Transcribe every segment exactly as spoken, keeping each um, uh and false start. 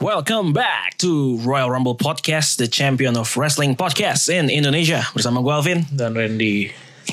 welcome back to Royal Rumble Podcast, the champion of wrestling podcast in Indonesia. Bersama gue Alvin dan Randy.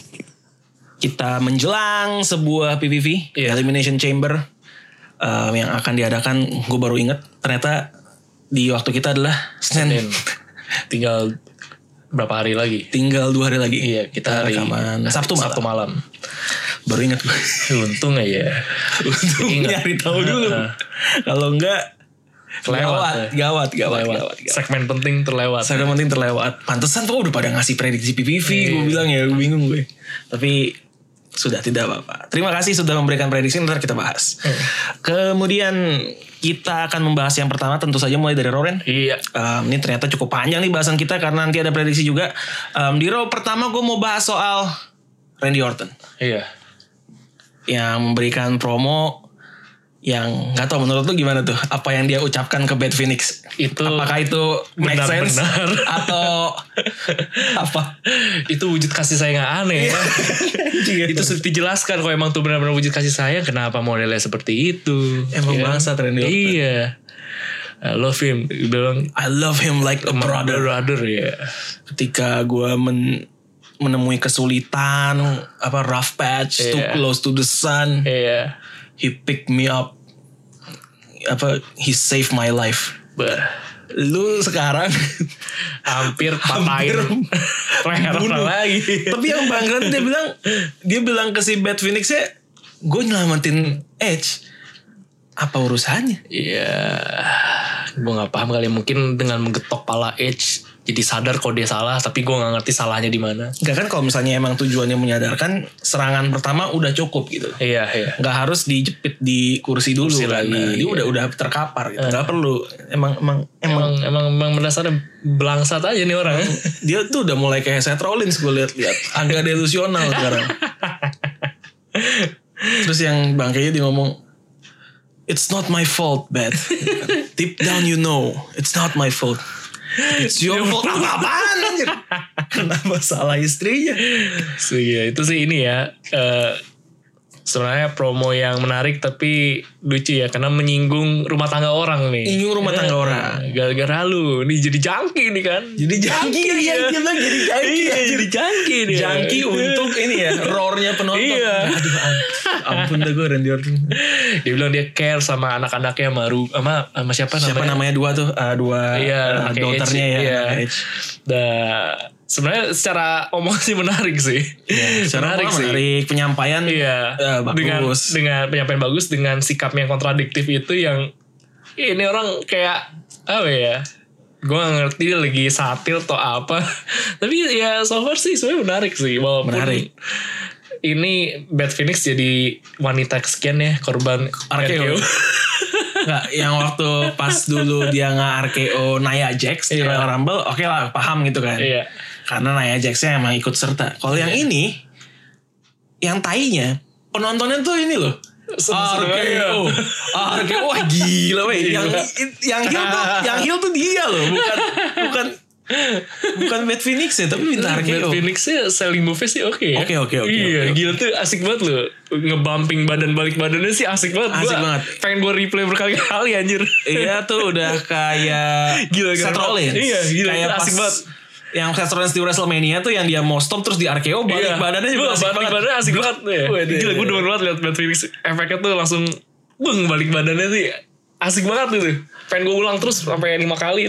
Kita menjelang sebuah P P V, yeah. Elimination Chamber um, yang akan diadakan. Gue baru inget ternyata di waktu kita adalah Senin. Tinggal berapa hari lagi? Tinggal dua hari lagi. Iya, kita hari rekaman Sabtu malam. Sabtu malam. Baru inget gue. Untung aja. Untung nyari tahu dulu. Kalau enggak Terlewat, gawat, gawat, gawat, gawat, gawat, gawat. Segmen penting terlewat. Segmen penting terlewat. Pantesan tuh udah pada ngasih prediksi P P V. Gue bilang ya, gue bingung gue. Tapi sudah, tidak apa-apa. Terima kasih sudah memberikan prediksi. Ntar kita bahas. Hmm. Kemudian kita akan membahas yang pertama. Tentu saja mulai dari Raw, Ren. Iya. Um, ini ternyata cukup panjang nih bahasan kita karena nanti ada prediksi juga. Um, di Raw pertama gue mau bahas soal Randy Orton. Iya. Yang memberikan promo yang nggak tahu menurut lu gimana tuh, apa yang dia ucapkan ke Beth Phoenix itu, apakah itu make sense atau apa? Itu wujud kasih sayang yang aneh ya. Itu sudah dijelaskan kalau emang tuh benar-benar wujud kasih sayang, kenapa modelnya seperti itu. Emang ya? Bangsa Randy Orton. Iya, I love him. Bilang I love him like a brother. Brother ya. Ketika gue men menemui kesulitan, apa rough patch, yeah. Too close to the sun. Iya. He picked me up, apa he saved my life. Bah. Lu sekarang hampir patahin leher lagi. Tapi yang bangga dia bilang, dia bilang ke si Beth Phoenix ya, gue nyelamatin Edge. Apa urusannya? Iya, gue nggak paham kali. Mungkin dengan menggetok pala Edge jadi sadar kalau dia salah, tapi gue nggak ngerti salahnya di mana. Enggak kan, kalau misalnya emang tujuannya menyadarkan, serangan pertama udah cukup gitu. Iya, iya. Nggak harus dijepit di kursi dulu kursi lagi. Nah, dia iya. udah udah terkapar gitu. Uh. Nggak perlu. Emang emang emang emang emang berdasarnya belangsat aja nih orang. Dia tuh udah mulai kayak Seth Rollins, gue lihat-lihat agak delusional sekarang. Terus yang bangkainya dia ngomong, "It's not my fault, Beth. Deep down you know, it's not my fault. It's your fault." Apa-apaan anjir? Kenapa salah istrinya? So, ya, itu sih ini ya. Uh, sebenarnya promo yang menarik tapi lucu ya. Karena menyinggung rumah tangga orang nih. Menyinggung rumah tangga uh, orang. Gara-gara lu. Nih jadi jangki nih kan. Jadi jangki. Dia, dia bilang jadi jangki. Iya, jadi jangki dia. Jangki untuk ini ya. Roarnya penonton. Iya. Aduh ampun dah gue Randy Orton. Dia bilang dia care sama anak-anaknya sama, sama, sama siapa namanya? Siapa namanya dua tuh? Uh, dua iya, uh, daughternya ya. Iya. Nah, sebenarnya secara omong sih menarik sih. Ya, secara menarik sih. Menarik. Penyampaian iya. uh, bagus. Dengan, dengan penyampaian bagus, dengan sikapnya yang kontradiktif itu yang ini orang kayak apa ya? Gue gak ngerti dia lagi satir atau apa. Tapi ya so far sih sebenarnya menarik sih. Walaupun menarik. Ini Beth Phoenix jadi wanita kesekian ya, korban R K O. Nggak, yang waktu pas dulu dia nge-R K O Nia Jax di Royal Rumble, oke okay lah, paham gitu kan. Iya. Karena Nia Jax-nya emang ikut serta. Kalau yang ini, yang tainya, penontonnya tuh ini loh. R K O, R K O, wah gila weh. Yang yang heel tuh, yang heel tuh dia loh, bukan bukan bukan Beth Phoenix ya, tapi minta R K O. Beth Phoenix-nya selling move sih oke ya. Oke oke oke. Iya, gila tuh asik banget loh. Ngebumping badan balik badannya sih asik banget. Asik gua banget. Pengen gue replay berkali-kali anjir. Iya tuh udah kayak gila, Seth Rollins. Iya, gila kayak asik banget. Yang Seth Rollins di WrestleMania tuh yang dia mau stop terus di R K O balik iya. badannya juga asik balik banget. badannya asik banget ya. Gila gue demen banget liat Beth Phoenix. Efeknya tuh langsung beng balik badannya sih asik banget gitu. Pengen gue ulang terus sampai lima kali.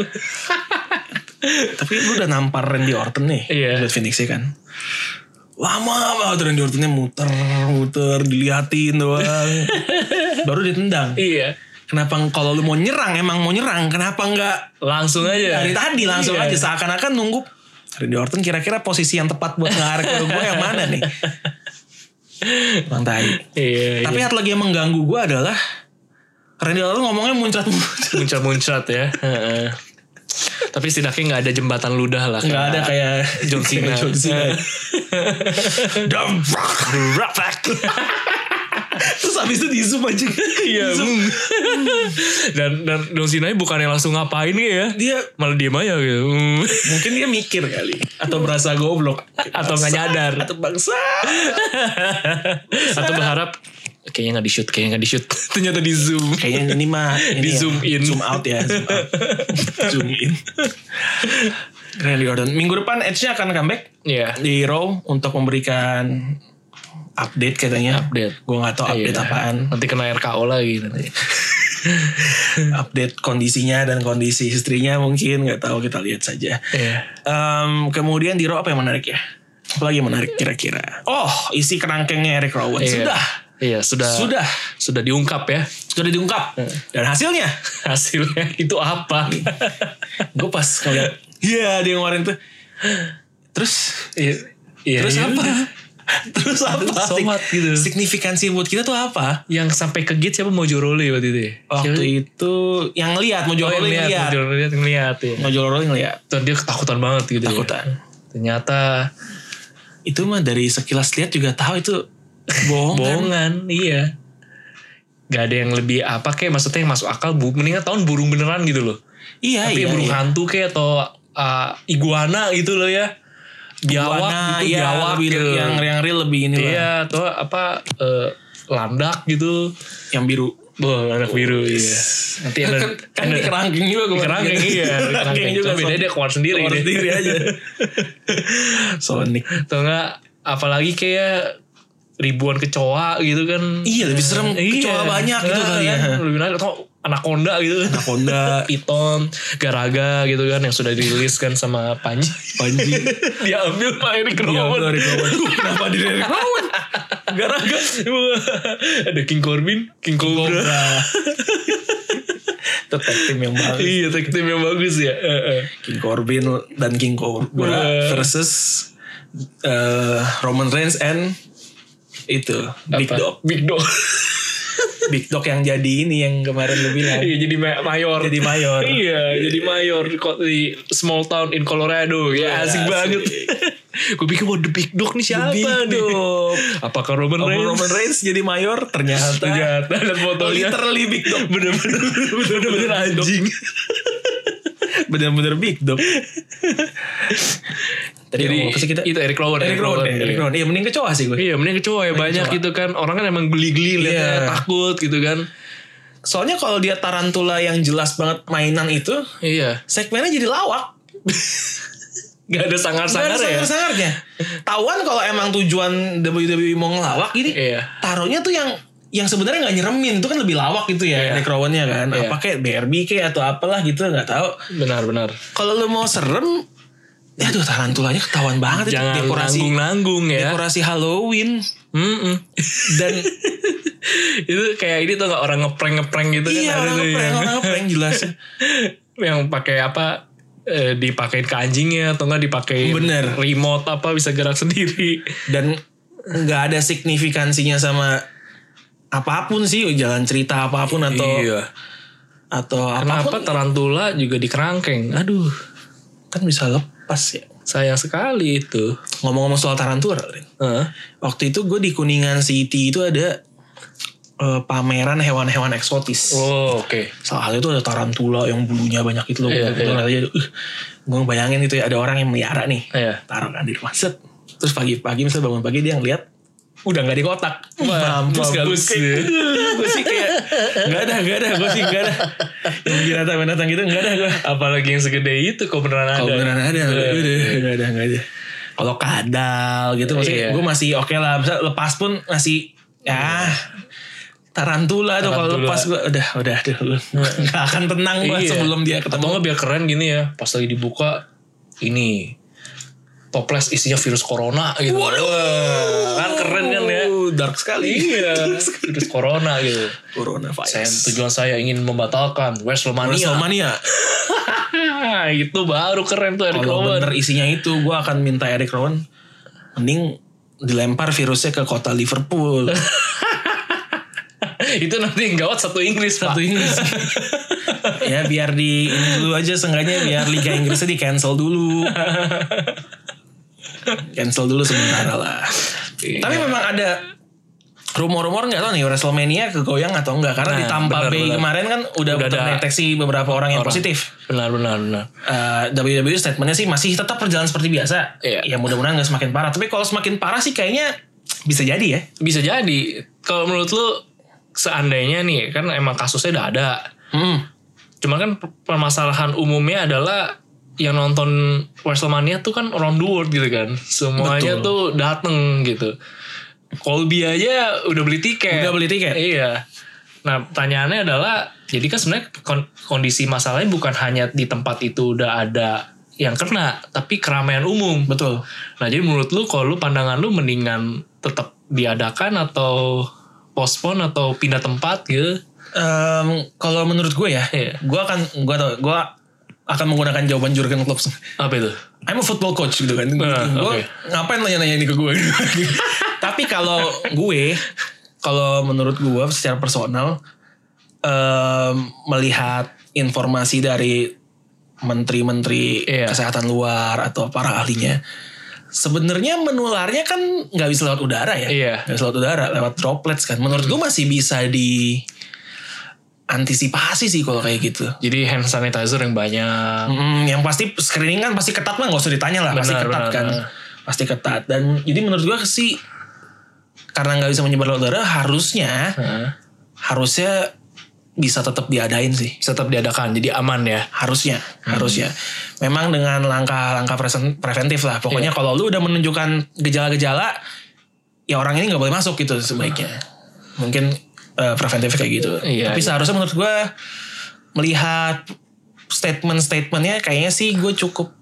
Tapi lu udah nampar Randy Orton nih, iya. Beth Phoenix kan. Lama banget Randy Ortonnya muter-muter diliatin doang. Baru ditendang. Iya. Kenapa kalau lu mau nyerang, emang mau nyerang, kenapa enggak langsung aja? Dari tadi langsung iya. aja, seakan-akan nunggu Randy Orton kira-kira posisi yang tepat buat nge-R K O gue yang mana nih. Bang tai. Iya, Tapi iya. satu lagi yang mengganggu gue adalah Randy Orton ngomongnya muncrat-muncrat. Muncrat-muncrat ya. Tapi setidaknya gak ada jembatan ludah lah. Gak ada kayak John Cena. John Cena. Terus habis itu di zoom aja. Iya. Dan dan John Cena bukannya langsung ngapain ya? Dia malah diem aja gitu. Mungkin dia mikir kali. Atau berasa goblok. Atau gak nyadar. Atau bangsa. Atau berharap Kayaknya nggak di shoot, kayaknya nggak di shoot. Ternyata di zoom. Kayaknya ini mah ini di ya, zoom in, zoom out ya, zoom out, zoom in. Randy Orton minggu depan Edge-nya akan comeback Iya. di Raw untuk memberikan update katanya. Update. Gue nggak tahu update Iya. apaan. Nanti kena R K O lagi nanti. Update kondisinya dan kondisi istrinya mungkin nggak tahu, kita lihat saja. Iya. Um, kemudian di Raw apa yang menarik ya? Apalagi yang menarik kira-kira? Oh, isi kerangkengnya Eric Rowan. Iya. Sudah. Iya, sudah. Sudah. Sudah diungkap ya. Sudah diungkap. Dan hasilnya? Hasilnya itu apa? Gue pas ngeliat, iya dia ngeluarin tuh. Terus, Iya. Iya, terus iya. apa? Terus apa? Somat gitu. Signifikansi buat kita tuh apa? Yang sampai ke gate siapa, Mojo Rawley waktu itu ya? Waktu Siapa? itu yang lihat, mau jual Oh, yang rolling lihat, lihat. Mojo Rawley ngeliat ya. Mau jual rolling lihat. Tuh dia ketakutan banget gitu. Ketakutan. Ya. Ternyata Itu mah dari sekilas lihat juga tahu itu bohongan. bohongan, iya. Gak ada yang lebih apa kayak, maksudnya yang masuk akal. Bu, mendingan tahun burung beneran gitu loh. Iya, Tapi iya. burung iya. hantu kayak atau uh, iguana gitu loh ya. Biawak Iguana, gitu, iya, biawak lebih, gitu. yang yang real lebih ini lah. Iya, atau apa uh, landak gitu. Yang biru. Boh, anak biru, iya. Nanti ada Kan, kan di kerangkeng juga gue. di kerangkeng, iya. Di kerangkeng juga. juga. Beda dia keluar sendiri. Keluar dia. sendiri aja. Sonic. Atau enggak, apalagi kayak ribuan kecoa gitu kan. Iya, lebih serem kecoa banyak gitu Nah, kali ya. kan, lebih menarik. Atau anaconda gitu. Anaconda. Piton, garaga gitu kan, yang sudah dirilis kan sama Panji. Panji. Dia ambil Pak Eric Iya, Rowan. Eric Rowan. Kenapa di Eric Rowan? Garaga. Ada King Corbin, King Cobra. Itu tag team yang bagus. Iya, tag team yang bagus ya. King Corbin dan King Cobra Wah. versus uh, Roman Reigns and itu Big Apa? Dog. Big Dog. Big Dog yang jadi ini yang kemarin lu bilang. Iya, jadi ma- mayor. Jadi mayor. Iya, jadi mayor kok di small town in Colorado. Ya, asik Asik. banget. Gue pikir wah, The Big Dog nih siapa Big nih? Dog. Apakah Roman Roman, Reigns? Roman Reigns jadi mayor ternyata. Ternyata ada fotonya. Literally Big Dog. Bener-bener bener-bener anjing. Bener-bener Big Dog. Tadi Jadi ngomong apa sih kita? itu Eric Rowan. Eric Rowan. ya, Eric Rowan. Iya, mending kecoa sih gue. Iya, mending kecoa ya, banyak kecoa. gitu kan. Orang kan emang geli-geli liatnya, Iya. takut gitu kan. Soalnya kalau dia tarantula yang jelas banget mainan itu, Iya. segmennya jadi lawak. Gak ada Gak sangar-sangar ada ya. sangar-sangarnya. Tahuan kalau emang tujuan W W E mau ngelawak gini, Iya. taruhnya tuh yang yang sebenarnya nggak nyeremin, itu kan lebih lawak gitu ya, Iya. Eric Rowan-nya kan. Iya. Apa kayak B R B kayak atau apalah gitu, nggak tahu. Benar-benar. Kalau lu mau serem, ya tuh tarantulanya ketahuan banget itu Jangan dekorasi nanggung-nanggung ya. dekorasi Halloween. Mm-mm. Dan Itu kayak ini tuh gak orang ngeprank-ngeprank gitu iya kan. ada orang tuh ngeprank, yang- orang ngeprank jelas. Yang pakai apa, eh, dipakein ke anjingnya atau enggak dipakai Bener. remote apa bisa gerak sendiri. Dan nggak ada signifikansinya sama apapun sih, jalan cerita apapun atau Iya. atau Kenapa apapun tarantula juga di kerangkeng? Aduh, kan bisa lepas ya. sayang sekali itu. Ngomong-ngomong soal tarantula, Rin. Heeh. Waktu itu gue di Kuningan City itu ada eh, pameran hewan-hewan eksotis. Oh, oke. Salah satu itu ada tarantula yang bulunya banyak itu loh. Iya, Gue iya. uh, gue bayangin itu ya ada orang yang melihara nih. Iya. Taruh kan di rumah set. Terus pagi-pagi misalnya bangun pagi dia ngeliat udah nggak di kotak. Wah, Mampus gak lu? mampus ya. Gue sih kayak nggak ada, nggak ada. Gue sih nggak ada. Yang binatang-binatang gitu nggak ada gue. Apalagi yang segede itu kok beneran ada. Kalau beneran ada, Iya. udah nggak ada, nggak ada. Kalau kadal gitu maksudnya Iya. gue masih oke lah. Misal lepas pun masih ya tarantula tuh kalau Tarantula. lepas gue udah udah deh nggak akan tenang gue Iya. sebelum dia Atau ketemu. nggak biar keren gini ya, pas lagi dibuka ini toples isinya virus corona gitu. Waduh. Wah, kan keren kan ya. Dark sekali. Iya, virus corona gitu. Corona Saya, virus. tujuan saya ingin membatalkan WrestleMania. WrestleMania. Itu baru keren tuh Eric Kalau Rowan. bener isinya itu gue akan minta Eric Rowan mending dilempar virusnya ke kota Liverpool. Itu nanti yang gawat satu Inggris Satu Pak. Inggris. Ya biar di ini dulu aja seenggaknya biar Liga Inggrisnya di cancel dulu. Cancel dulu sementara lah. Iya. Tapi memang ada rumor-rumor nggak tahu nih WrestleMania kegoyang atau enggak karena Nah, di Tampa benar, Bay benar. kemarin kan udah, Udah ada terdeteksi beberapa orang yang orang. positif. Benar benar benar. Uh, W W E statementnya sih masih tetap berjalan seperti biasa. Iya. Ya mudah-mudahan nggak semakin parah. Tapi kalau semakin parah sih kayaknya bisa jadi ya. Bisa jadi. kalau menurut lu seandainya nih kan emang kasusnya udah ada. Hmm. Cuman kan permasalahan umumnya adalah yang nonton WrestleMania tuh kan around the world gitu kan. Semuanya Betul. tuh dateng gitu. Colby aja udah beli tiket. Udah beli tiket. Iya. Nah pertanyaannya adalah, jadi kan sebenarnya kondisi masalahnya bukan hanya di tempat itu udah ada yang kena, tapi keramaian umum. Betul. Nah jadi menurut lu, kalau lu pandangan lu mendingan tetap diadakan atau postpone atau pindah tempat gitu? Um, kalau menurut gue ya, Iya. gue akan gue tau gue akan menggunakan jawaban Jurgen Klopp. Apa itu? I'm a football coach gitu kan. Nah, gue okay. ngapain nanya-nanya ini ke gue? Tapi kalau gue, kalau menurut gue secara personal, um, melihat informasi dari menteri-menteri Iya. kesehatan luar atau para ahlinya, sebenarnya menularnya kan nggak bisa lewat udara ya, Iya. nggak bisa lewat udara, lewat droplets kan. Menurut gue masih bisa di antisipasi sih kalau kayak gitu. Jadi hand sanitizer yang banyak. Hmm, yang pasti screening kan pasti ketat lah, nggak usah ditanya lah, pasti Benar, ketat benar, kan, benar. pasti ketat. Dan jadi menurut gue sih karena nggak bisa menyebar lewat udara, harusnya Heeh. harusnya bisa tetap diadain sih. Tetap diadakan, jadi aman ya. Harusnya, harusnya. Memang dengan langkah-langkah presen- preventif lah. Pokoknya Iya. kalau lu udah menunjukkan gejala-gejala, ya orang ini nggak boleh masuk gitu sebaiknya. Mungkin uh, preventif kayak gitu. Iya, Tapi iya. seharusnya menurut gue melihat statement-statementnya, kayaknya sih gue cukup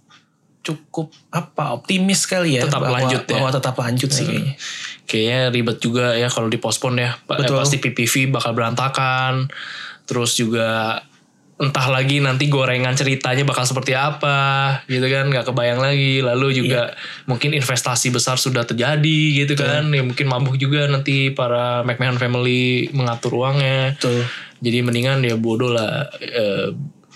cukup apa optimis kali ya. Tetap bahwa, lanjut ya. Bahwa tetap lanjut sih kayaknya. Kayaknya ribet juga ya kalau dipospon ya. Pa- Betul. Pasti P P V bakal berantakan. Terus juga entah lagi nanti gorengan ceritanya bakal seperti apa gitu kan, nggak kebayang lagi. Lalu juga mungkin investasi besar sudah terjadi gitu kan, ya mungkin mabuk juga nanti para McMahon family mengatur uangnya. Betul. Jadi mendingan ya bodoh lah, eh,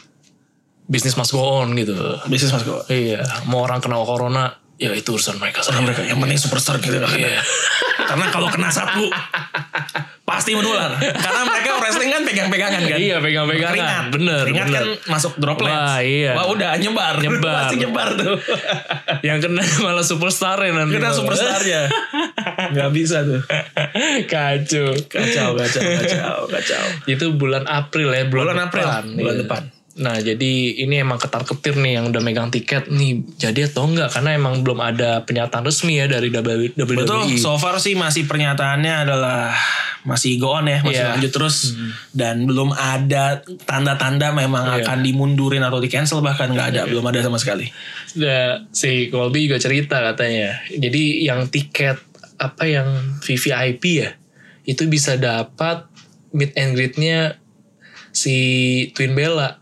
bisnis must go on gitu. Bisnis mas gue. Iya, mau orang kena corona ya itu urusan mereka saja. Mereka yang penting superstar gitu kan. Iya. Karena kalau kena satu pasti menular. Karena mereka wrestling kan pegang-pegangan kan. Iya, pegang-pegangan. Keringat. Bener, Keringat bener. kan masuk droplet. Wah, iya. Wah udah nyebar. Nyebar. Pasti nyebar tuh. Yang kena malah superstar ya nanti. Kena superstarnya. Gak bisa tuh. Kacau. Kacau, kacau, kacau, kacau. Itu bulan April ya, bulan, Bulan April, depan. bulan Iya. depan. Nah jadi ini emang ketar-ketir nih yang udah megang tiket nih, jadi atau enggak, karena emang belum ada pernyataan resmi ya dari W W E. Betul, so far sih masih pernyataannya adalah masih go on ya, masih Iya. lanjut terus. Dan belum ada tanda-tanda memang Iya. akan dimundurin atau di cancel, bahkan gak ada, belum ada sama sekali. Nah, si Colby juga cerita katanya. Jadi yang tiket apa yang V V I P ya, itu bisa dapat meet and greet-nya si Twin Bella.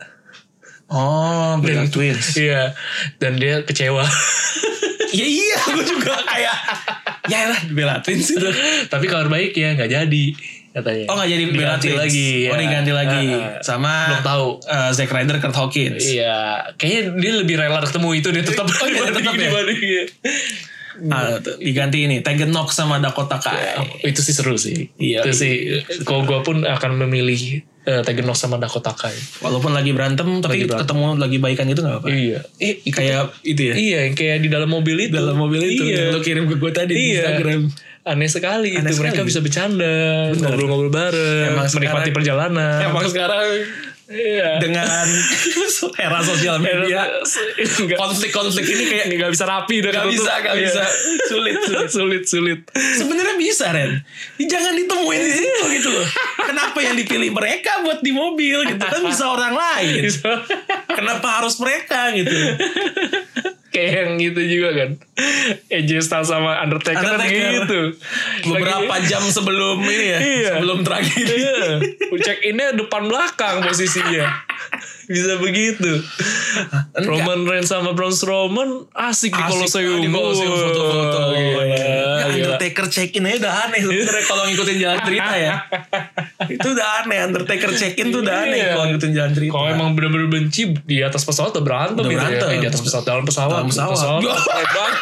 Oh, Bella Twins. Iya, dan dia kecewa. Ya iya, gue juga kayak ya lah Bella Twins itu. Tapi kabar baik ya, nggak jadi katanya. Oh nggak jadi Bella Diganti Twins lagi. Oh ya. diganti lagi Ah, sama belum tahu. uh, Zack Ryder, Kurt Hawkins. Iya, kayaknya dia lebih rela ketemu itu dia tetap Oh, iya, tetap ya? dibanding dia. Ah, tuh, diganti ini Tegan Nox sama Dakota Kai. Itu sih seru sih. Iya. Itu sih. Kalau gue pun akan memilih uh, Tegan Nox sama Dakota Kai. Walaupun lagi berantem tapi Lagi berantem. ketemu lagi baikan gitu nggak apa-apa. Iya. Eh, itu Kayak itu ya. Iya, yang kayak di dalam mobil itu. Dalam mobil itu Iya. yang lo kirim ke gue tadi di Iya. Instagram. Aneh sekali Aneh itu. sekali. Mereka bisa bercanda, ngobrol-ngobrol bareng, Emang menikmati sekarang- perjalanan. Emang sekarang Iya. dengan era sosial media Nggak- konflik-konflik ini kayak nggak bisa rapi udah Gak ketutup. bisa, gak Iya. bisa. Sulit, sulit. sulit, sulit. Sebenarnya bisa Ren. Jangan ditemuin di situ gitu loh. Kenapa yang dipilih mereka buat di mobil gitu kan, bisa orang lain. Kenapa harus mereka gitu? Kayak yang gitu juga kan. A J Styles sama Undertaker, kan Undertaker. gitu. Beberapa Lagi- jam sebelum ini ya, Iya. sebelum tragedi. Iya. Check innya depan belakang posisinya. Bisa begitu. Roman Reigns sama Braun Strowman asik, di Asik, Colosseum. di Colosseum foto-foto. Wah, gila. Ya, Gila. Undertaker check-in aja udah aneh sebenarnya kalau ngikutin jalan cerita ya. Itu udah aneh, Undertaker check-in tuh udah aneh Iya. kalau ngikutin jalan cerita. Kalau emang bener-bener benci di atas pesawat udah berantem, Udah gitu berantem. ya. Eh, di atas pesawat, dalam pesawat, Dalam pesawat. Hebat.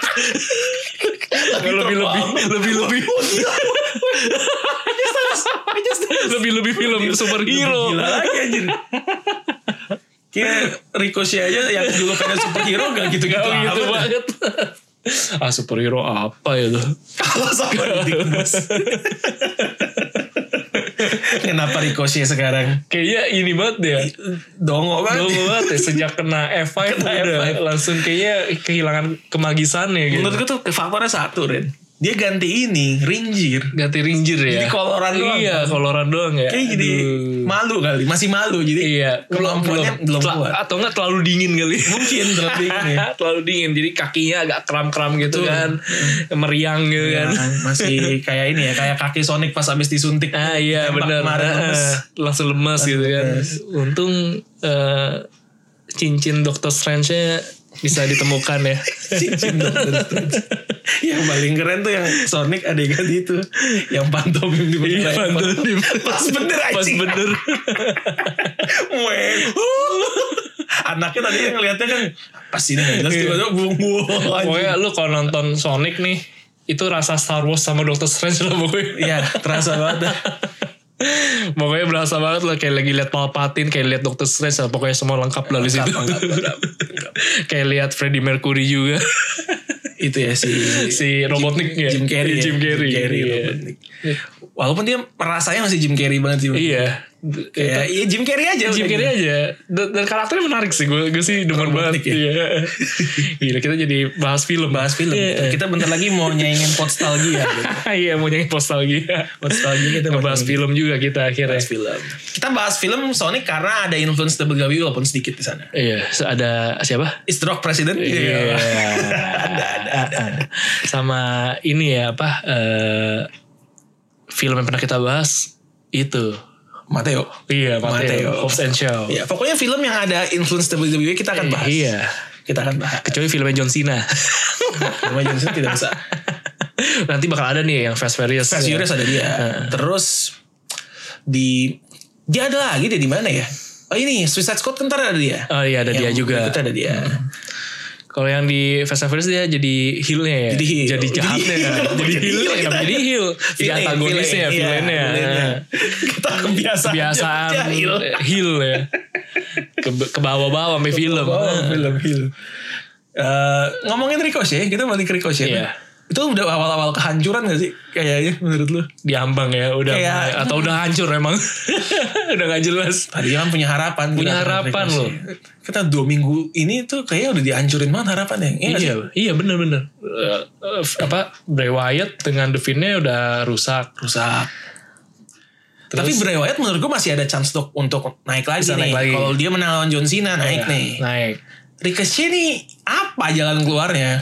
lebih lebih lebih lebih lebih lebih film superhero. Gila lagi anjir. Kayak Ricochet aja yang dulu kan superhero gak gitu-gitu Gak gitu amat. banget. Ah superhero apa ya tuh? Kalau sama di Kenapa Ricochet sekarang Kayaknya ini banget ya, dongo banget. Dongo banget ya. Sejak kena F lima Kena udah F lima. langsung kayaknya kehilangan kemagisannya gitu. Menurut gue tuh faktornya satu, Ren. Dia ganti ini ring gear. Ganti ring gear ya. Jadi koloran doang. Iya, koloran doang ya. Kayak jadi Aduh. malu kali, masih malu. Jadi Iya, kemampuannya belum Tela- kuat. Atau enggak terlalu dingin kali. Mungkin terlalu dingin ya. Terlalu dingin. Jadi kakinya agak kram-kram gitu Betul. kan. Meriang gitu Ya, kan. masih kayak ini ya, kayak kaki Sonic pas habis disuntik. Ah iya Tembak benar. kemarin lemes. Langsung lemas gitu kan. lemes. Untung eh, cincin Doctor Strange-nya bisa ditemukan ya. Cincin Doctor Strange. Yang paling keren tuh yang Sonic adegan itu, yang pantomim di Iya, pantomim. Pas bener Pas anjing. bener. Weh. Anaknya tadi yang ngeliatnya kan pas ini nggak jelas, tiba-tiba bungu. Pokoknya lu kalau nonton Sonic nih, itu rasa Star Wars sama Doctor Strange lah pokoknya. Iya, terasa banget. Pokoknya berasa banget lah, kayak lagi liat Palpatine, kayak liat Doctor Strange lah. Pokoknya semua lengkap lah di situ. Lengkap, lengkap, lengkap. Kayak liat Freddie Mercury juga. Itu ya si Si Robotnik ya. Jim Carrey, ya. Jim Carrey. Jim Carrey Iya. Robotnik. Walaupun dia rasanya masih Jim Carrey banget sih. Iya. Kayak ya Jim Carrey aja. Jim udah Carrey gitu. aja. Dan, dan karakternya menarik sih. Gue gue sih demen Robotnik banget. ya. Iya. Gila, kita jadi bahas film. Bahas film. Iya. Kita bentar lagi mau nyaingin nostalgia gitu. Iya, mau nyanyi nostalgia. Nostalgia kita mau Ngebahas nyanyiin. film juga kita akhirnya. Bahas film. Kita bahas film Sonic karena ada influence W W E walaupun sedikit di sana. Iya, ada siapa? Is The Rock President? Iya. ada, ada, ada, ada. Sama ini ya apa? eh, film yang pernah kita bahas itu. Mateo. Iya, Mateo. Mateo. Hobbs and Shaw. Ya, pokoknya film yang ada influence W W E kita akan bahas. Iya. Kita akan bahas. Kecuali filmnya John Cena. Film Johnson tidak bisa. Nanti bakal ada nih yang Fast Furious. Fast Furious ada dia. Terus di dia ada lagi deh di mana ya? Oh ini Suicide Squad kan ntar ada dia. Oh iya, ada dia Yang juga. Kita ada dia. Kalau yang di Fast and Furious dia jadi heel-nya ya. Jadi heel. Jadi jahatnya. Jadi heel. Jadi heel. Jadi heel. Kenapa jadi heel? Jadi Villain, antagonisnya, villain. Iya, villainnya. villainnya. Kita kebiasaan. Kebiasaan jahil. heel ya. Ke, ke bawah-bawah sampai film. Oh, film heel. Eh, ngomongin Ricochet, kita balik ke Ricochet. Iya. Itu udah awal-awal kehancuran gak sih kayaknya menurut lu? Diambang ya, udah Kayak- mulai- atau udah hancur emang. Udah gak jelas. Tadi kan punya harapan. Punya kita harapan Ricochet. loh. Kita dua minggu ini tuh kayaknya udah dihancurin banget harapannya. Iya, nggak Iya, sih? iya bener-bener. Eh, eh, apa Bray Wyatt dengan The Fiend-nya udah rusak. Rusak. Terus- Tapi Bray Wyatt menurut gue masih ada chance untuk, untuk naik lagi Bisa nih. naik lagi. Kalau dia menang lawan John Cena naik Iya, nih. Naik. Ricochet nih apa jalan keluarnya?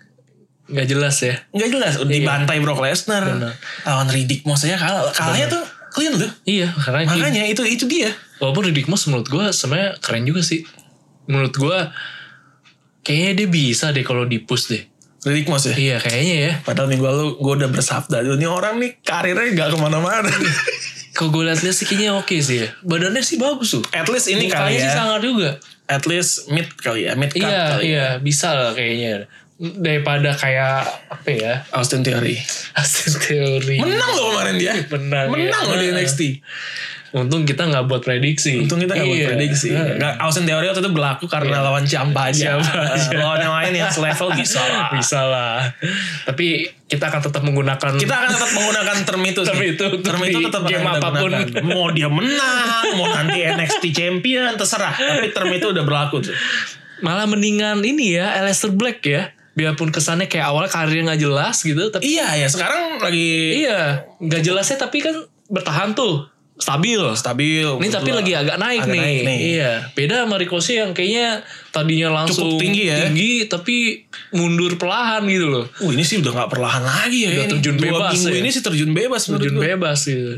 Gak jelas ya. Nggak jelas. Udah Iya. dibantai Brock Lesnar. Benar. Lawan Riddick Moss aja kalah. Kalahnya tuh clean tuh. Iya, karena Makanya itu itu dia. walaupun Riddick Moss menurut gue sebenarnya keren juga sih. Menurut gue kayaknya dia bisa deh kalau di-push deh. Riddick Moss ya. Iya, kayaknya ya. Padahal minggu lalu gue udah bersabda. Ini orang nih karirnya gak kemana-mana. Kalau gue liat-liat sih kayaknya oke sih ya. Badannya sih bagus tuh. At least ini Mukanya kali sih ya. sangat juga. At least mid kali ya. Mid cut Iya, kali iya, ya. bisa lah kayaknya. Daripada kayak apa ya? Austin Theory. Austin Theory. Menang loh kemarin dia. Menang. Menang ya. loh di N X T. Untung kita gak buat prediksi. Untung kita gak buat Iya. prediksi. Nggak, Austin Theory waktu itu berlaku karena lawan Ciampa aja. Ciampa aja. Lawan yang lain yang selevel bisa lah. Bisa lah. Tapi kita akan tetap menggunakan. Kita akan tetap menggunakan term itu sih. Term itu untuk Term itu di tetap game akan kita apapun. gunakan. Mau dia menang, mau nanti N X T champion, terserah. Tapi term itu udah berlaku tuh. Malah mendingan ini ya, Aleister Black ya. Biarpun kesannya kayak awalnya karirnya gak jelas gitu. Tapi Iya ya, sekarang lagi iya, gak jelasnya tapi kan bertahan tuh. Stabil. stabil. Ini tapi lagi agak naik Agak nih. naik nih. Iya. Beda sama Ricochet yang kayaknya tadinya langsung Cukup tinggi ya. tinggi tapi mundur perlahan gitu loh. Uh ini sih udah gak perlahan lagi ya. Udah ini. terjun Dua bebas minggu ya. ini sih terjun bebas menurut Terjun gue. bebas gitu.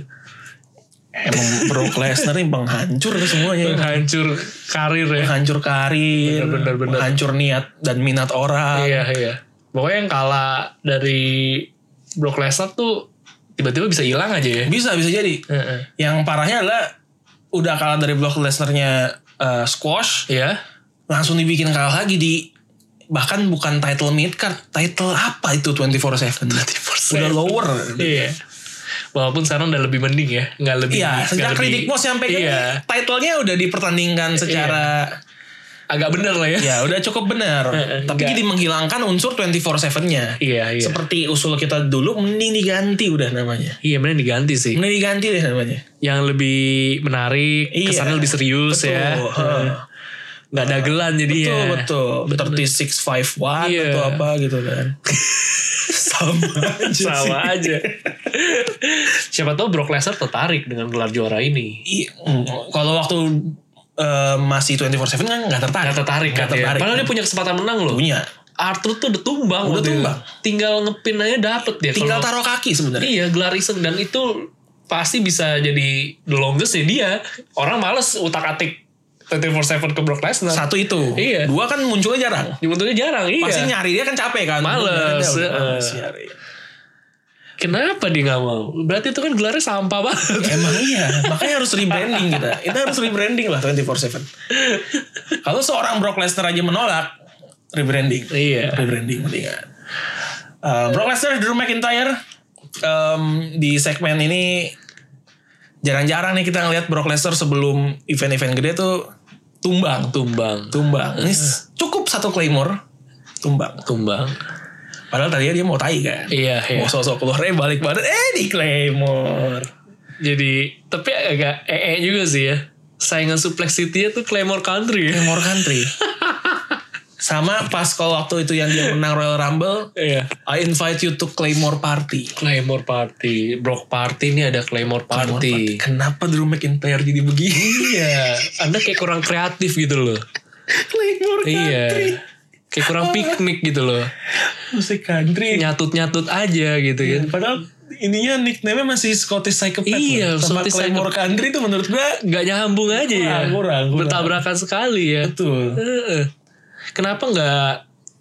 Emang Brock Lesnar nih penghancur semuanya. Hancur karir ya. Menghancur karir. Bener, bener, bener. Menghancur niat dan minat orang. Iya, iya. Pokoknya yang kalah dari Brock Lesnar tuh tiba-tiba bisa hilang aja ya. Bisa, bisa jadi. Heeh. Yang parahnya adalah udah kalah dari Brock Lesnar-nya uh, squash. Iya. Langsung dibikin kalah lagi di bahkan bukan title mid card, title apa itu dua puluh empat tujuh. Udah lower. Iya. Walaupun sekarang udah lebih mending ya, nggak lebih. Iya, nggak sejak lebih- Riddick Moss sampai iya. kan titlenya udah dipertandingkan secara agak bener lah ya. Ya udah cukup benar. Tapi Enggak. jadi menghilangkan unsur dua puluh empat seven-nya. Iya, iya. Seperti usul kita dulu, mending diganti udah namanya. Iya, mending diganti sih. Mending diganti deh namanya. Yang lebih menarik, Iya. kesannya lebih serius Betul. ya. Heeh. Nggak dagelan jadi Betul, ya. betul. tiga enam lima one Iya. atau apa gitu kan. Sama aja Sama sih. aja. Siapa tahu Brock Lesnar tertarik dengan gelar juara ini. Iya, mm, kalau waktu eh, masih dua puluh empat seven kan gak tertarik. Nggak tertarik Nggak kan ya. tertarik. Padahal dia punya kesempatan menang loh. Punya. Arthur tuh udah tumbang. Udah waktu itu. tumbang. Tinggal ngepin aja dapet dia. Tinggal Kalau- taruh kaki sebenarnya. Iya, gelar iseng. Dan itu pasti bisa jadi the longest ya dia. Orang males utak-atik dua puluh empat seven ke Brock Lesnar. Satu itu. Iya. Dua kan munculnya jarang. Dibentuknya jarang, iya. Pasti nyari dia kan capek kan. Males, Nyari dia udah heeh. males nyari. Kenapa dia gak mau? Berarti itu kan gelarnya sampah banget. Emang iya. Makanya harus rebranding kita. Kita harus rebranding lah dua puluh empat seven. Kalau seorang Brock Lesnar aja menolak, rebranding. Iya. Rebranding mendingan. Uh, Brock Lesnar, Drew McIntyre. Um, di segmen ini jarang-jarang nih kita ngeliat Brock Lesnar sebelum event-event gede tuh tumbang. Tumbang. Tumbang. Ini cukup satu Claymore. Tumbang. Tumbang. Padahal tadinya dia mau tai kan. Iya, iya. Mau sosok keluarnya balik badan. Eh di Claymore. Jadi, tapi agak ee juga sih ya. Saingan Suplex City tuh Claymore Country ya. Claymore Country. Sama pas kalau waktu itu yang dia menang Royal Rumble. Iya. I invite you to Claymore Party. Claymore Party. Brock Party ini ada Claymore Claymore Party. Kenapa Drew McIntyre jadi begini? Iya. Anda kayak kurang kreatif gitu loh. Claymore Iya. Country. Kayak kurang piknik gitu loh. Musik country. Nyatut-nyatut aja gitu kan. Padahal ininya nickname-nya masih Scottish Psychopath. Iya, loh. Sama Scottish Claymore Country itu menurut gue Gak nyambung aja ya. Kurang, kurang, kurang. Bertabrakan sekali ya. betul. Heeh. Kenapa nggak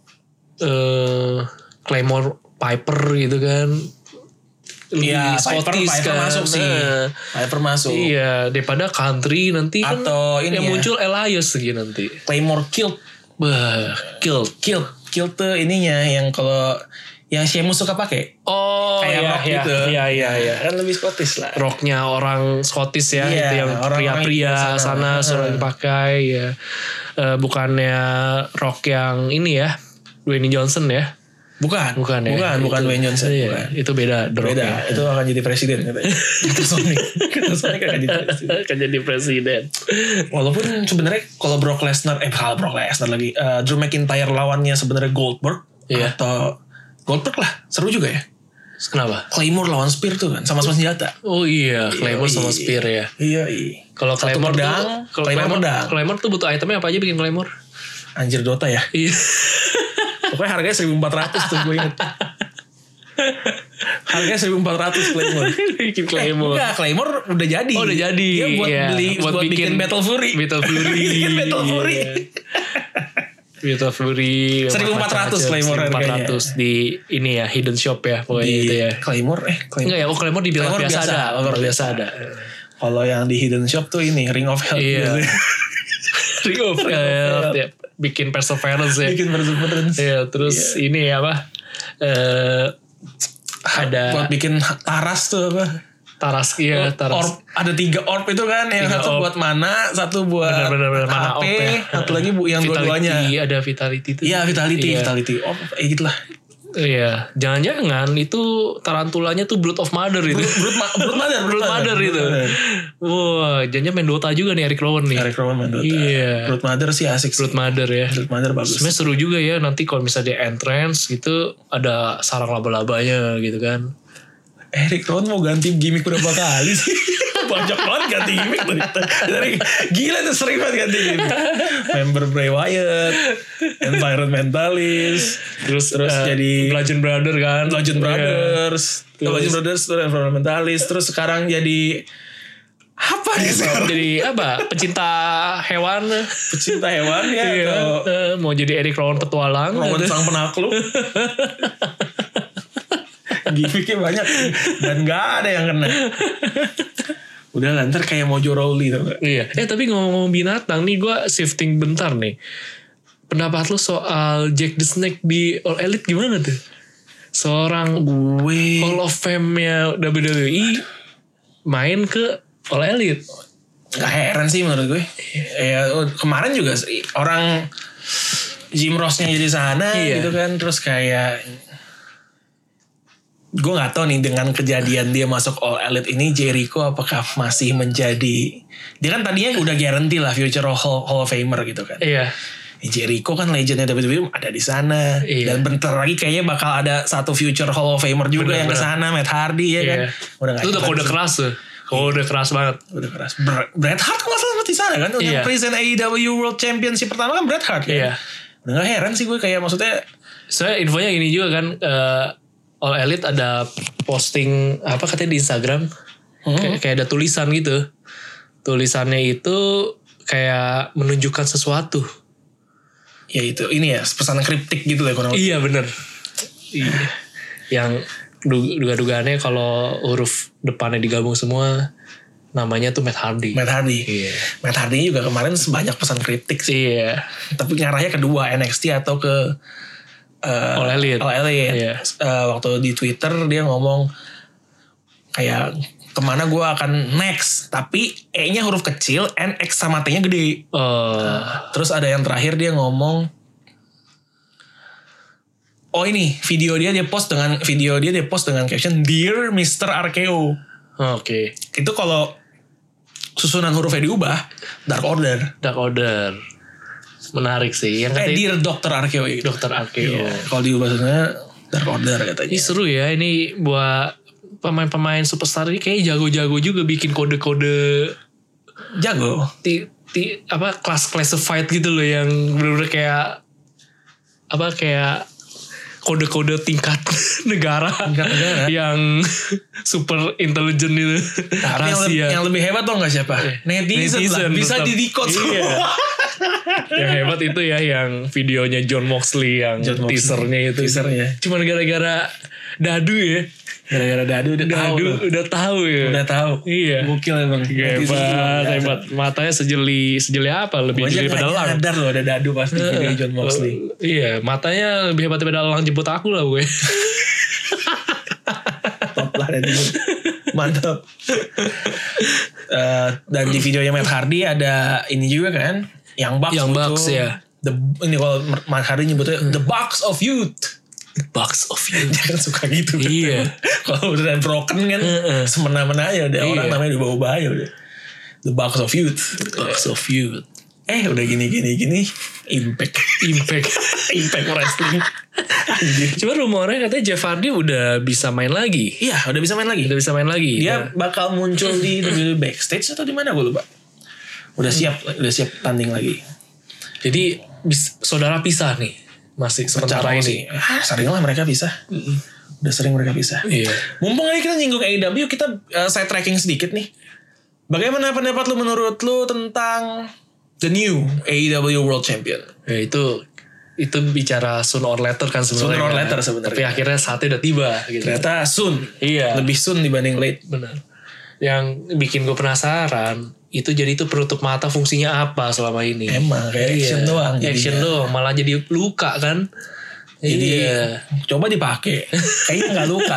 eh Claymore Piper gitu kan? Lebih Iya, Piper, Scottish Piper kan. masuk sih. Nah, Piper masuk. iya, daripada country nanti kan Atau ini yang ya. muncul Elias lagi nanti. Claymore Kilt. Bah, kill. Kilt. Kilt tuh ininya yang kalau yang Sheamus suka pakai. Oh, Kayak iya, rock iya, gitu. iya, iya, iya. Kan lebih Scottish lah. Rocknya orang Scottish ya, Iya, itu yang orang-orang pria-pria itu sana, sana. suruh pakai ya. Eh, bukannya rock yang ini ya, Dwayne Johnson ya. Bukan. Bukan ya. Bukan, bukan Itu- Dwayne Johnson. Iya, Bukan. itu beda. The Rock Beda. ya. Itu akan jadi presiden katanya. Kata Sonic. Kata Sonic akan jadi presiden. Kan jadi presiden. Walaupun sebenarnya kalau Brock Lesnar, eh kalau Brock Lesnar lagi, eh, Drew McIntyre lawannya sebenarnya Goldberg. Iya. Atau Goldberg lah. Seru juga ya. Kenapa? Claymore lawan Spear tuh kan. Sama-sama senjata. Oh iya, Claymore Iya, sama iya. Spear ya. Iya iya. Kalau Satu Claymore tuh, pedang, kalau Claymore Claymore, pedang. Claymore tuh butuh itemnya apa aja bikin Claymore? Anjir Dota ya. Iya. Pokoknya harganya seribu empat ratus tuh gue inget. Harganya seribu empat ratus Claymore. bikin Claymore. Enggak, Claymore udah jadi. Oh udah jadi. Dia buat Iya. beli buat, bikin, Battle Fury. Battle Fury. Bikin Battle Fury. Iya. Battle Fury. seribu empat ratus Claymore seribu empat ratus di ini ya hidden shop ya pokoknya Di itu ya. Claymore eh Claymore. Enggak ya, oh Claymore di bilang Claymore biasa, biasa, ada. Claymore Claymore biasa biasa. ada. Kalau yang di hidden shop tuh ini Ring of Hell. Iya. gitu. Ring of Hell, ya, bikin perseverance ya. Bikin perseverance. Iya, terus ini apa? Eh ada Buat bikin taras tuh apa? Taras iya, Taras. Orb, ada tiga orb itu kan, yang Tiga satu orb. buat mana, satu buat Bener-bener mana H P, orb ya. satu lagi bu yang Vitality, dua-duanya. ada Vitality itu. Iya vitality, Iya. vitality orb, eh gitu lah. Iya, jangan-jangan itu tarantulanya tuh Blood of Mother itu. Brood, ma- Brood Mother, Blood Mother itu. Wah, jangan main Dota juga nih Eric Rowan nih. Eric Rowan main Dota. Iya. Brood Mother sih asik sih. Blood Mother ya. Brood Mother bagus. Sebenarnya seru juga ya nanti kalau misalnya dia entrance gitu ada sarang laba-labanya gitu kan. Eric Rowan mau ganti gimmick berapa kali sih? Banyak banget ganti gimmick dari, dari gila tuh sering banget ganti gimmick. Member Bray Wyatt, Environmentalist, Terus terus eh, jadi Bludgeon Brother kan. Legend Iya. Brothers, Terus- Legend Brothers terus Environmentalist, terus sekarang jadi apa nih sekarang? Jadi apa? Pecinta hewan. Pecinta hewan ya Iya. atau Eh, mau jadi Eric Rowan petualang. Rowan gitu. sang penakluk? Gimmicknya banyak dan gak ada yang kena. Udah lah, ntar kayak Mojo Rawley tau gak? Iya. Eh tapi ngomong-ngomong binatang nih, gue shifting bentar nih. Pendapat lo soal Jack the Snake di All Elite gimana tuh? Seorang Gue Hall of Fame-nya W W E main ke All Elite. Gak heran sih menurut gue. Ya kemarin juga sih, orang Jim Ross-nya jadi sana iya. gitu kan, terus kayak gue nggak tahu nih dengan kejadian dia masuk All Elite ini, Jericho apakah masih menjadi, dia kan tadinya udah guarantee lah future Hall, Hall of Famer gitu kan. Iya. Jericho kan legendnya W W E ada di sana, iya. dan bentar lagi kayaknya bakal ada satu future Hall of Famer juga bener, yang kesana, Matt Hardy ya iya. kan. Udah itu udah kode keras tuh, kode iya. keras banget. Udah keras. Bret Hart nggak salah di sana kan, iya. yang present A E W World Championship pertama kan Bret Hart. Iya. Kan? Udah gak heran sih gue kayak maksudnya. Soalnya infonya gini juga kan. Uh, All Elite ada posting apa katanya di Instagram, hmm. kayak, kayak ada tulisan gitu. Tulisannya itu kayak menunjukkan sesuatu. Ya itu ini ya pesan kriptik gitu lah kurang. Iya bener. Iya. Yang duga-dugaannya kalau huruf depannya digabung semua namanya tuh Matt Hardy. Matt Hardy. Iya. Matt Hardy juga kemarin sebanyak pesan kriptik sih. Iya. Tapi ngarahnya kedua N X T atau ke Uh, All Elite. All Elite. Yeah. Uh, waktu di Twitter dia ngomong kayak kemana gue akan next, tapi E-nya huruf kecil, N X sama T-nya gede. Uh. Uh, terus ada yang terakhir dia ngomong, oh ini video dia dia post dengan video dia dia post dengan caption Dear mister R K O. Oke. Okay. Itu kalau susunan hurufnya diubah Dark Order. Dark Order. Menarik sih. Yang eh Dear dokter R K O gitu. dokter R K O. Iya, kalau diubah sebenarnya Dark Order katanya. Ini seru ya. Ini buat pemain-pemain superstar ini kayaknya jago-jago juga bikin kode-kode. Jago. Ti, ti, apa class classified gitu loh yang bener-bener kayak apa kayak kode-kode tingkat negara, tingkat negara yang super intelligent itu. Tapi yang, le- yang lebih hebat tuh nggak siapa? Netizen, Netizen lah. Bisa didikot semua. Iya. Yang hebat itu ya yang videonya John Moxley yang John teasernya itu. Teasernya. Cuman gara-gara dadu ya. Gara-gara dadu udah dadu, tahu. Udah tahu ya. Udah tahu. Iya. Gokil emang. Hebat, hebat. Matanya sejeli sejeli apa? Lebih jeli pada elang. Sadar loh ada dadu pasti uh, video John Moxley. Uh, iya, matanya lebih hebat daripada elang jemput aku lah gue. Top lah netizen. Mantap. uh, dan di videonya Matt Hardy ada ini juga kan, yang Bucks. Yang Bucks ya. The, ini kalau Matt Hardy nyebutnya hmm. The Bucks of Youth. Box of you. Dia kan suka gitu. Iya. Kalau udah broken kan uh-uh. semena-mena aja udah. Iya. Orang namanya udah bawa bahaya udah. The Box of Youth. The Box of Youth. Eh udah gini-gini gini Impact. Impact. Impact Wrestling. Cuma rumornya katanya Jeff Hardy udah bisa main lagi. Iya udah bisa main lagi. Udah bisa main lagi. Dia ya. bakal muncul di W W E Backstage atau di mana gue lupa. Udah siap. Udah siap tanding lagi. Jadi bis, saudara pisah nih. Masih sementara ini. Ah, sering lah mereka bisa. Mm-mm. Udah sering mereka bisa. Iya. Mumpung aja kita nyinggung A E W, kita uh, side tracking sedikit nih. Bagaimana pendapat lu menurut lu tentang the new A E W World Champion? Ya itu itu bicara soon or later kan sebenarnya. Soon or kan? later sebenarnya. Tapi akhirnya saatnya udah tiba gitu. Ternyata soon. Iya. Lebih soon dibanding late. Benar. Yang bikin gue penasaran itu jadi itu penutup mata fungsinya apa selama ini. Emang kayak iya. action doang. Action doang malah jadi luka kan. Jadi iya. coba dipakai. Kayaknya gak luka.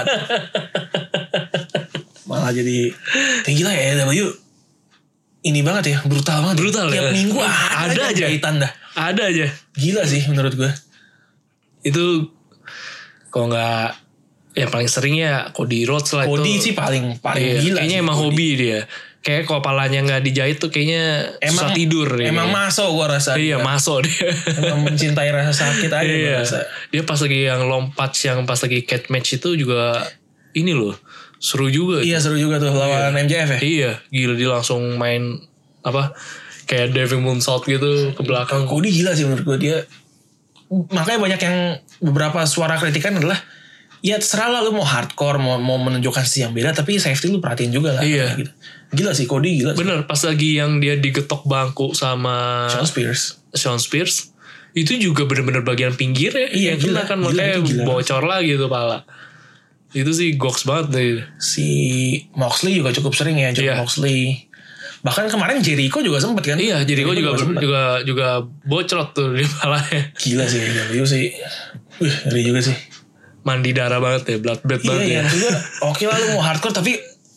Malah jadi gila ya A E W. Ini banget ya, brutal banget. Brutal Tiap ya. minggu ada, ada aja jahitan dah. Ada aja. Gila sih menurut gue. Itu kalau nggak yang paling sering ya Cody Rhodes lah. Cody itu. sih paling paling iya, gila. Kayaknya sih, emang Cody. Hobi dia. Kayak kalau palanya nggak dijahit tuh kayaknya emang, susah tidur. Emang ya. Masuk gue rasa. Iya masuk dia. Emang mencintai rasa sakit aja iya. gue rasa. Dia pas lagi yang lompat yang pas lagi cat match itu juga ini loh. Seru juga. Iya seru juga tuh lawan iya. M J F ya. Iya gila dia langsung main apa kayak diving moonsault gitu ke belakang. Cody gila sih menurut gue dia. Makanya banyak yang beberapa suara kritikan adalah ya terserah lah lu mau hardcore mau mau menunjukkan sisi yang beda tapi safety lu perhatiin juga lah. Iya. Gitu. Gila sih Cody gila. Bener pas lagi yang dia digetok bangku sama Sean Spears. Sean Spears itu juga bener-bener bagian pinggir ya. Iya yang gila. kan Gila, makanya gila. bocor lagi tuh pala. Itu sih goks banget deh. Si Moxley juga cukup sering ya John iya. Moxley. Bahkan kemarin Jericho juga sempet kan. Iya Jericho juga juga, juga juga juga bocor tuh di palanya. Gila sih Jericho sih. Wih ngeri juga sih. Mandi darah banget ya, blood blood iya, banget iya, ya. Iya, oke lah lu mau hardcore tapi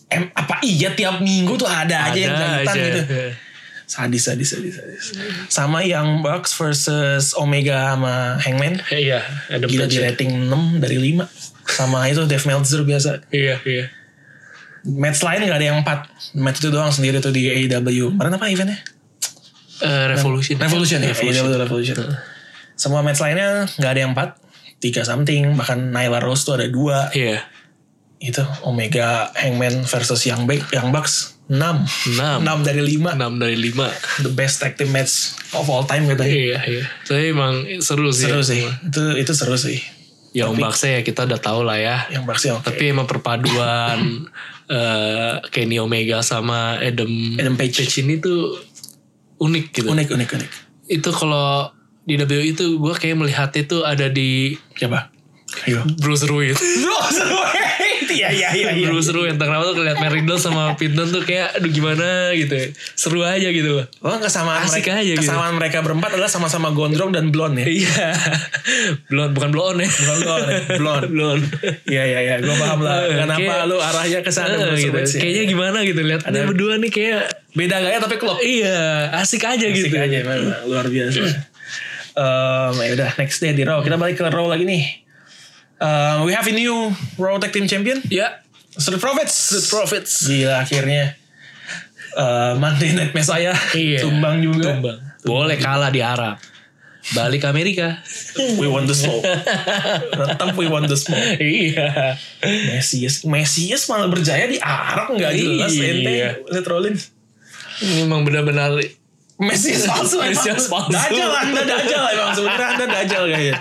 em, apa iya tiap minggu tuh ada, ada aja yang jahitan gitu. Sadis, sadis, sadis, sadis. Sama yang Bucks versus Omega sama Hangman. Iya, ada gila di rating enam dari lima. Sama itu Dave Meltzer biasa. Iya, iya. Match lain gak ada yang empat. Match itu doang sendiri tuh di A E W. Kemarin apa eventnya? Uh, Revolution. Revolution ya. Revolution. A E W Revolution. Uh. Semua match lainnya gak ada yang empat. Tiga something. Bahkan Nyla Rose tuh ada dua. Iya. Itu Omega Hangman versus Young, Bucks, Young Bucks enam. enam dari lima. enam dari lima. The best tag team match of all time katanya. Iya, iya. Tapi emang seru sih. Seru ya. sih. Itu itu seru sih. Young Bucks ya kita udah tahu lah ya. Young Bucks ya. Okay. Tapi emang perpaduan uh, Kenny Omega sama Adam Adam Page. Page ini tuh unik gitu. Unik, unik, unik. Itu kalau di W W E itu gue kayak melihatnya tuh ada di siapa? Ayo. Bruce Ruin. Bruce Ruin. Iya iya iya. Bruce Ruin. Entah kenapa tuh ngeliat Matt Riddle sama Pidon tuh kayak aduh gimana gitu ya. Seru aja gitu. Oh kesamaan asik mereka, aja kesamaan gitu. mereka berempat adalah sama-sama gondrong dan blonde ya. Iya. Blonde bukan blonde ya. Bukan blonde. Blonde. Blonde. Iya iya iya. Gue paham lah. Kenapa kayak, lu arahnya ke sana uh, gitu. Ya. Kayaknya gimana gitu lihat ada berdua nih kayak beda gaya tapi klop. Iya. Asik aja asik gitu. Asik aja memang. Luar biasa. um, ya udah next day di Raw. Kita balik ke Raw lagi nih. Uh, we have a new Raw Tag Team Champion. Ya. Yeah. Street Profits. Street Profits. Gila akhirnya. Uh, Monday Night Messiah. Iya. Tumbang juga. Tumbang. Boleh kalah di Arab. Balik ke Amerika. We want the smoke. Tetap we want the smoke. Iya. Mesias. Mesias malah berjaya di Arab. Gak jelas. Ente. Seth Rollins. Ini memang benar-benar Mesias palsu. Mesias palsu. Dajjal. Anda Dajjal emang. Sebenernya Anda Dajjal kayaknya.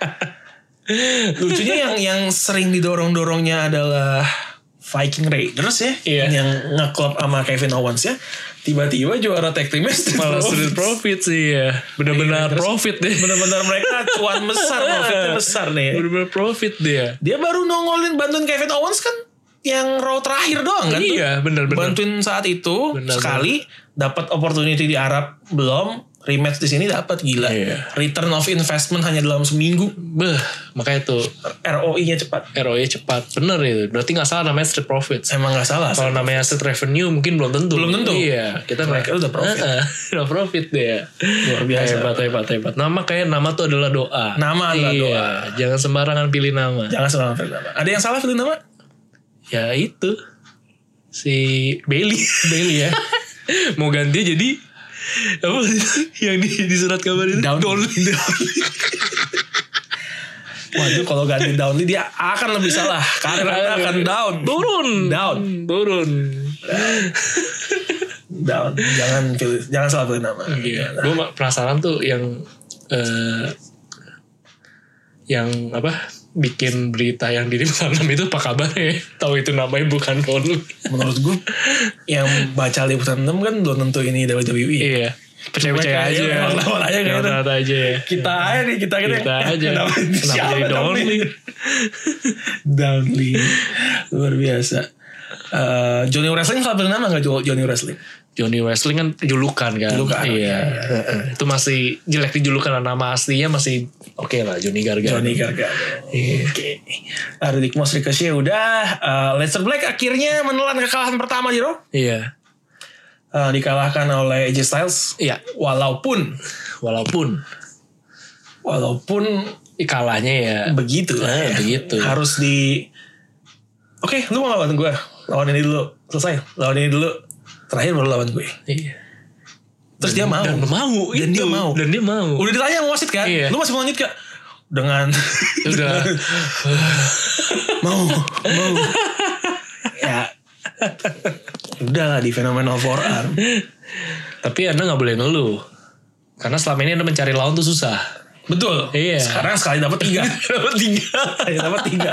Lucunya yang yang sering didorong-dorongnya adalah Viking Raiders ya, iya. yang nge-club sama Kevin Owens ya, tiba-tiba juara tag team malah Street Profits sih ya, benar-benar profit deh, benar-benar mereka cuan besar, profitnya besar nih, benar-benar profit dia. Dia baru nongolin bantuin Kevin Owens kan, yang Raw terakhir doang kan, iya benar-benar. Bantuin saat itu bener, sekali, dapat opportunity di Arab belum. Rematch di sini dapat gila. Iya. Return of investment hanya dalam seminggu. Beh, makanya tuh R O I-nya cepat. R O I cepat. Bener itu. Berarti nggak salah namanya Street Profits. Emang nggak salah. Kalau namanya Street Revenue mungkin belum tentu. Belum tentu. Iya, kita mereka udah profit. Uh, udah profit deh. Luar biasa. Hebat, hebat, hebat. Nama kayak nama tuh adalah doa. Nama adalah iya, doa. Jangan sembarangan pilih nama. Jangan sembarangan pilih nama. Ada yang salah pilih nama? Ya itu. Si Bailey. Bailey ya. Mau ganti jadi apa yang di, di surat kabar itu Down. Downly. Waduh kalau ganti Downly dia akan lebih salah. Karena akan down. Turun. Down. Turun. Down. Jangan pilih, jangan salah pilih nama. Iya. Gue penasaran tuh yang uh, yang apa bikin berita yang diri Muslim itu apa kabarnya? Tahu itu namanya bukan Donald. Menurut gue yang baca liputan enam kan belum tentu ini W W E. Iya. Percaya-percaya aja ya. Lawan aja kan. Lawan aja ya. Kita aja nih. Kita, kita, kita aja. Kenapa, kenapa jadi Downly? Downly. Luar biasa. Uh, Johnny Wrestling salah pilih nama gak Johnny Wrestling? Johnny Wrestling kan julukan kan. Julukan. Iya. iya. Itu masih jelek di julukan. Nama aslinya masih oke okay lah. Johnny Gargano. Johnny Gargano. Iya. Oke. Okay. Riddick Moss Ricochet udah. Uh, Aleister Black akhirnya menelan kekalahan pertama di Raw. Iya. Uh, dikalahkan oleh A J Styles. Iya. Walaupun. Walaupun. Walaupun. Kalahnya ya. Begitu. Nah, ya. Begitu. Harus di. Oke. Okay, lu mau lawan gue. Lawan ini dulu. Selesai. Lawan ini dulu. Terakhir baru lawan gue. Iya. Terus dan, dia mau. Dan mau. Dan itu. dia mau. Dan dia mau. Udah ditanya sama wasit kan. Iya. Lu masih mau lanjut gak? Dengan. Udah. mau. Mau. Ya. Udah lah di Phenomenal Forearm. Tapi Anda gak boleh ngeluh. Karena selama ini Anda mencari lawan tuh susah. Betul. Iya. Sekarang sekali dapat tiga. dapat tiga. dapat tiga.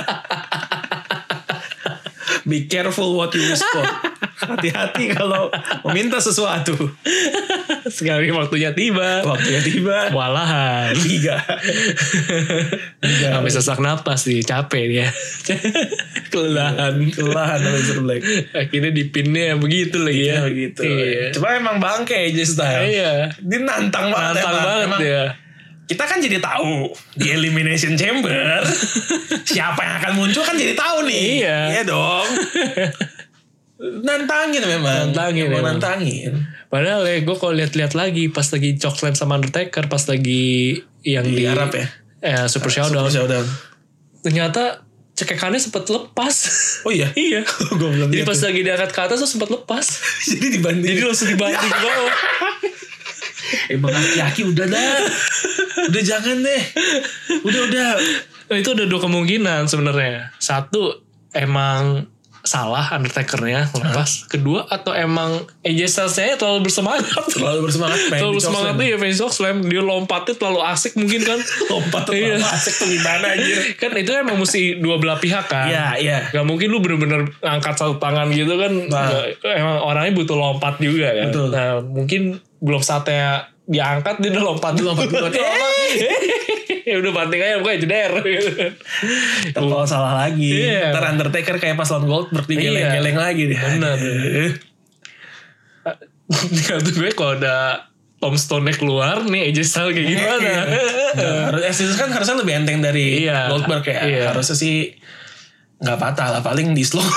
Be careful what you wish for. Hati-hati kalau meminta sesuatu. Sekali waktunya tiba. Waktunya tiba. Walahan. Tiga. Tiga. Sampai sesak napas nih. Capek dia. Kelelahan. Kelelahan Aleister Black. Akhirnya dipinnya begitu lagi ya. Begitu. Iya. Cuma emang bangke aja Styles. Iya. Dia nantang banget. Nantang emang. banget emang. dia. Kita kan jadi tahu di Elimination Chamber siapa yang akan muncul kan jadi tahu nih. Iya. Iya dong. nantangin memang. Nantangin memang memang. nantangin. Padahal ya gue kalau lihat-lihat lagi pas lagi chokeslam sama Undertaker, pas lagi yang Di di, Arab ya? Eh, Super Showdown. Super Showdown. Ternyata cekekannya sempat lepas. Oh iya? Iya. Gue belum Jadi lihat pas tuh. lagi diangkat ke atas tuh sempat lepas. Jadi dibanding. Jadi langsung dibanting ke bawah. Emang aki-aki udah dah. Udah jangan deh. Udah udah. Nah, itu ada dua kemungkinan sebenarnya. Satu emang salah Undertaker-nya lepas. Kedua atau emang A J Styles-nya terlalu bersemangat. Terlalu bersemangat. Terlalu bersemangat tuh ya fans Slam. Dia lompatnya terlalu asik mungkin kan. Lompat tuh Iya. terlalu asik tuh gimana aja. Kan itu emang mesti dua belah pihak kan. Iya iya. Gak mungkin lu bener-bener angkat satu tangan gitu kan. Nah. Gak- emang orangnya butuh lompat juga kan. Betul. Nah mungkin belum saatnya diangkat dia udah lompat. Dia lompat duluan. Ya udah banting aja pokoknya jeder gitu kan. Kalau salah lagi. Iya. Ntar Undertaker kayak pas lawan Goldberg digeleng-geleng lagi deh. Bener. Ya tuh gue kalau ada Tom Stone-nya keluar nih A J Styles kayak gimana. Harus Styles kan harusnya lebih enteng dari Iya. Goldberg ya. Iya. Harusnya sih nggak patah lah, paling di slow.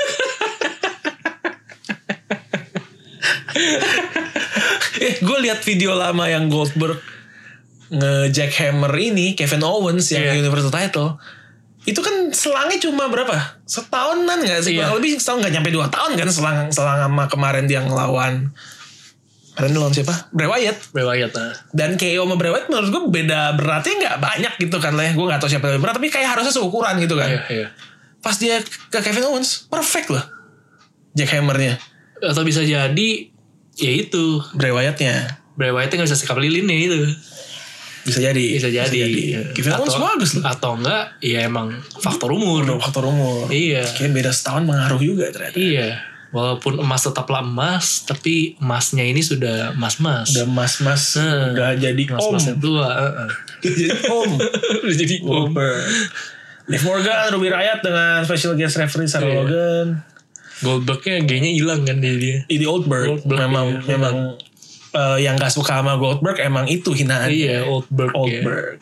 eh, gue lihat video lama yang Goldberg nge-jackhammer ini Kevin Owens yang Iya. Universal Title. Itu kan selangnya cuma berapa? Setahunan gak sih? Iya. Kurang lebih setahun gak nyampe dua tahun kan selang, selang sama kemarin dia ngelawan. Kemarin dia lawan siapa? Bray Wyatt. Bray Wyatt nah. Dan K O sama Bray Wyatt menurut gue beda beratnya gak banyak gitu kan lah. Gue gak tahu siapa yang lebih berat. Tapi kayak harusnya seukuran gitu kan. Iya, iya. Pas dia ke Kevin Owens, perfect loh. jackhammernya. Atau bisa jadi ya itu Bray Wyatt-nya. Bray Wyatt-nya gak bisa sikap lilin nih itu. Bisa jadi. Bisa jadi. Kevin Owens bagus loh. Atau enggak ya emang faktor umur. Udah faktor umur. Iya. Kayak beda setahun mengaruh juga ternyata. Iya. Walaupun emas tetaplah emas, tapi emasnya ini sudah emas-mas. Udah mas-mas, Hmm. udah jadi om. Mas-mas tua. Uh-uh. jadi om. Udah jadi om. Liv Morgan, Ruby Riott dengan special guest referee Sarah Iya. Logan. Goldberg-nya G-nya hilang kan dia dia. Ini Oldberg. Goldberg, memang iya. memang uh, yang gak suka sama Goldberg emang itu hinaan. Iya, Oldberg. Oldberg.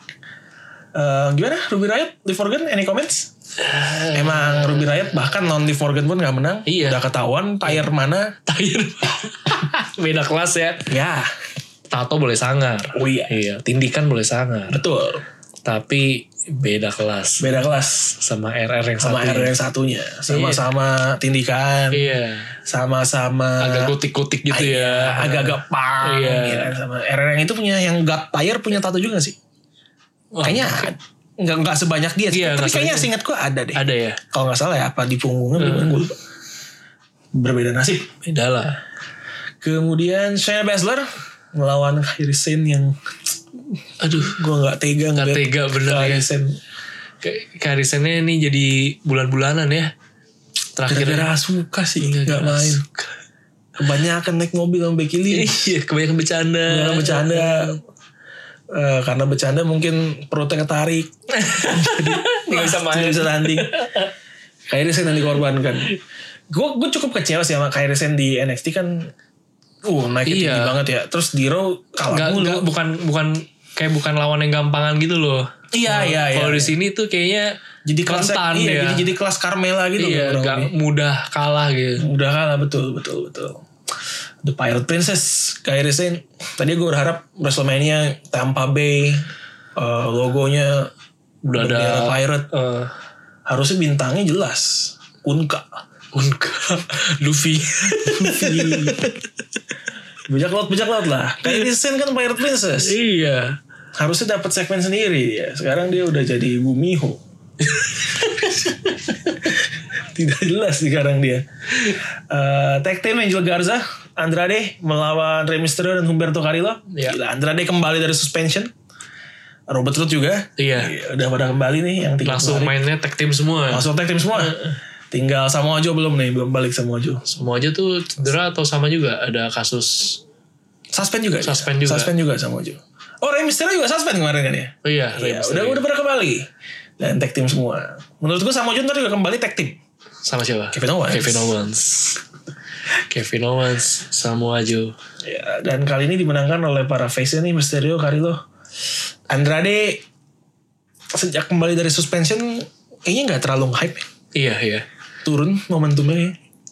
Uh, gimana Ruby Riott, Liv Morgan, any comments? Emang Ruby Riott bahkan non Liv Morgan pun gak menang. Iya. Udah ketahuan tire mana. Tayar. Beda kelas ya. Ya. Tato boleh sangar. Oh iya. Iya, tindikan boleh sangar. Betul. Tapi beda kelas Beda kelas. sama R R yang Sama satu. R yang satunya. Sama-sama tindikan. Iya. Sama-sama. Agak kutik-kutik gitu Iya, ya. agak-agak pang. Iya. Gitu. Sama R R yang itu punya yang gut tire punya tato juga gak sih? Wah, Kayaknya nggak nggak sebanyak dia. Iya, tapi nggak kayaknya sebanyak. seingat gue ada deh. ada ya. Kalau nggak salah ya apa di punggungnya Hmm. gue lupa. Berbeda nasib. Beda lah. Kemudian Shayna Baszler melawan Kairi Sane yang Aduh, gue nggak tega nggak ngeliat tega bener ya. Kairi Sane. Karisannya ini jadi bulan-bulanan ya. Terakhir Gara-gara suka sih nggak Gara-gara main. suka. Kebanyakan naik mobil sama Becky Lynch. Iya, kebanyakan bercanda. Kebanyakan bercanda. Eh, karena bercanda mungkin perutnya ketarik. Jadi Nggak bisa main. Tidak bisa tanding. Kairi Sane yang dikorbankan. Gue gue cukup kecewa sih sama Kairi Sane di N X T kan. Uh naiknya Iya. tinggi banget ya. Terus di Raw kalah Nggak, mulu. nggak, bukan bukan kayak bukan lawan yang gampangan gitu loh. Iya, iya, iya. Kalau di sini tuh kayaknya Jadi kelas rentan iya, ya. jadi, jadi kelas Carmella gitu Iya, loh, kurang gak lebih. mudah kalah gitu. Udah kalah betul betul betul. The Pirate Princess Kairi Sane. Tadi gue berharap WrestleMania Tampa Bay eh, logonya Udah ada bendera Pirate. eh, Harusnya bintangnya jelas. Unka. Unka, Luffy. Bejak laut bejak laut lah. Kairi Sane kan Pirate Princess. Iya. Harusnya dapat segmen sendiri ya. Sekarang dia udah jadi Gumiho. Tidak jelas sekarang dia. Uh, tag team Angel Garza, Andrade melawan Rey Mysterio dan Humberto Carrillo. Ya. Gila, Andrade kembali dari suspension. Robert Roode juga. Iya. Udah pada kembali nih yang tiga Langsung hari. mainnya tag team semua. Langsung tag team semua. Tinggal Samoa Joe belum nih, belum balik Samoa Joe. Semua aja tuh cedera atau sama juga ada kasus. Suspend juga. Suspend dia. juga. Suspend juga Samoa Joe. Oh, Rey Mysterio juga suspend kemarin kan ya? Oh iya, Iya, Rey udah Mysterio. udah pada kembali. Dan tag team semua. Menurut gue Samoa Joe ntar juga kembali tag team. Sama siapa? Kevin Owens. Kevin Owens. Kevin Owens, Samoa Joe. Ya, dan kali ini dimenangkan oleh para face-nya nih, Mysterio, Carrillo. Andrade sejak kembali dari suspension kayaknya nggak terlalu hype ya. Iya, iya. Turun momentumnya ya.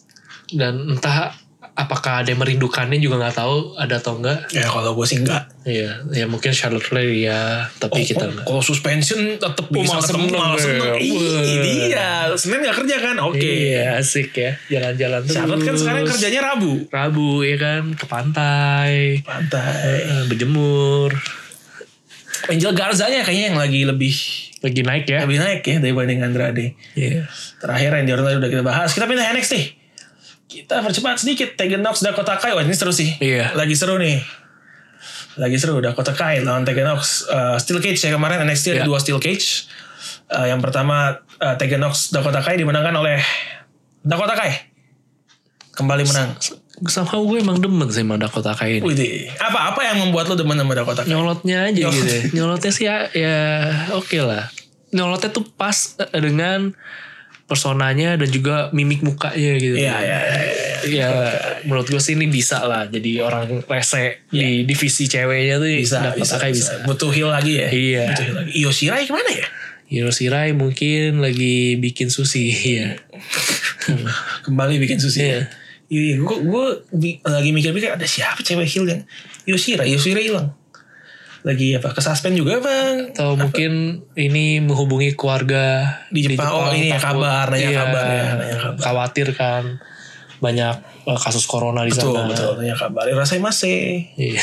Dan entah apakah ada yang merindukannya juga nggak tahu ada atau enggak. Ya kalau gue sih enggak. Iya, ya mungkin Charlotte Flair ya, tapi oh, kita oh, enggak. Kalau suspension tetap bisa malah ketemu, seneng malah ya. seneng. Ih, dia Senin nggak kerja kan? Oke. Okay. Iya, asik ya, jalan-jalan terus. Charlotte kan sekarang kerjanya Rabu. Rabu ya kan, ke pantai. Pantai. Uh, berjemur. Angel Garzanya kayaknya yang lagi lebih lagi naik ya. Lebih naik ya dibanding Andrade. Iya. Yeah. Terakhir Randy Orton udah kita bahas. Kita pindah N X T. Kita percepat sedikit. Tegan Nox, Dakota Kai. Wah ini seru sih. Iya. Lagi seru nih. Lagi seru. Dakota Kai lawan Tegan Nox. Uh, Steel Cage ya kemarin. N X T ada yeah. dua Steel Cage. Uh, yang pertama uh, Tegan Nox, Dakota Kai dimenangkan oleh Dakota Kai. Kembali menang. Sama gue emang demen sih sama Dakota Kai ini. Wih, apa apa yang membuat lo demen sama Dakota Kai? Nyolotnya aja Nyolot. gitu. Nyolotnya sih ya, ya oke okay lah. Nyolotnya tuh pas dengan personanya dan juga mimik mukanya gitu. Iya, iya, iya. Ya, menurut gue sih ini bisa lah jadi orang rese ya. Di divisi ceweknya tuh bisa, Dakota Kai bisa. bisa. Butuh heal lagi ya? Iya. Butuh heal lagi. Io Shirai kemana ya? Io Shirai mungkin lagi bikin sushi ya. Kembali bikin sushi. Iya. Iya, gue gue lagi mikir-mikir ada siapa cewek heal yang Io Shirai, Io Shirai hilang. Lagi apa? Kesuspend juga bang? Atau apa? Mungkin ini menghubungi keluarga di Jepang. Di Jepang. Oh ini ya kabar, nanya iya, kabar ya, nanya kabar. Khawatir kan banyak uh, kasus corona di betul, sana. Betul, nanya kabar. Ya, rasanya masih. Iya.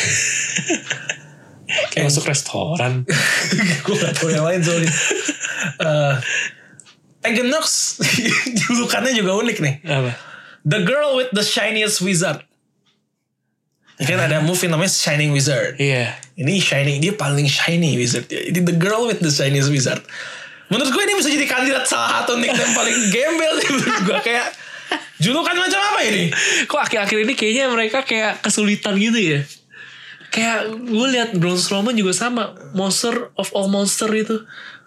Kayak masuk restoran. Gue gak tau yang lain soalnya. uh, Tegan Nox julukannya juga unik nih. Apa? The girl with the shiniest wizard. Kan ada movie namanya Shining Wizard. Iya. Ini shining, dia paling shiny wizard ya. Ini the girl with the shiniest wizard. Menurut gue ini bisa jadi kandidat salah satu nickname paling gembel sih menurut gue. Kayak julukan macam apa ini? Kok akhir-akhir ini kayaknya mereka kayak kesulitan gitu ya. Kayak gue lihat Braun Strowman juga sama, Monster of all monster itu.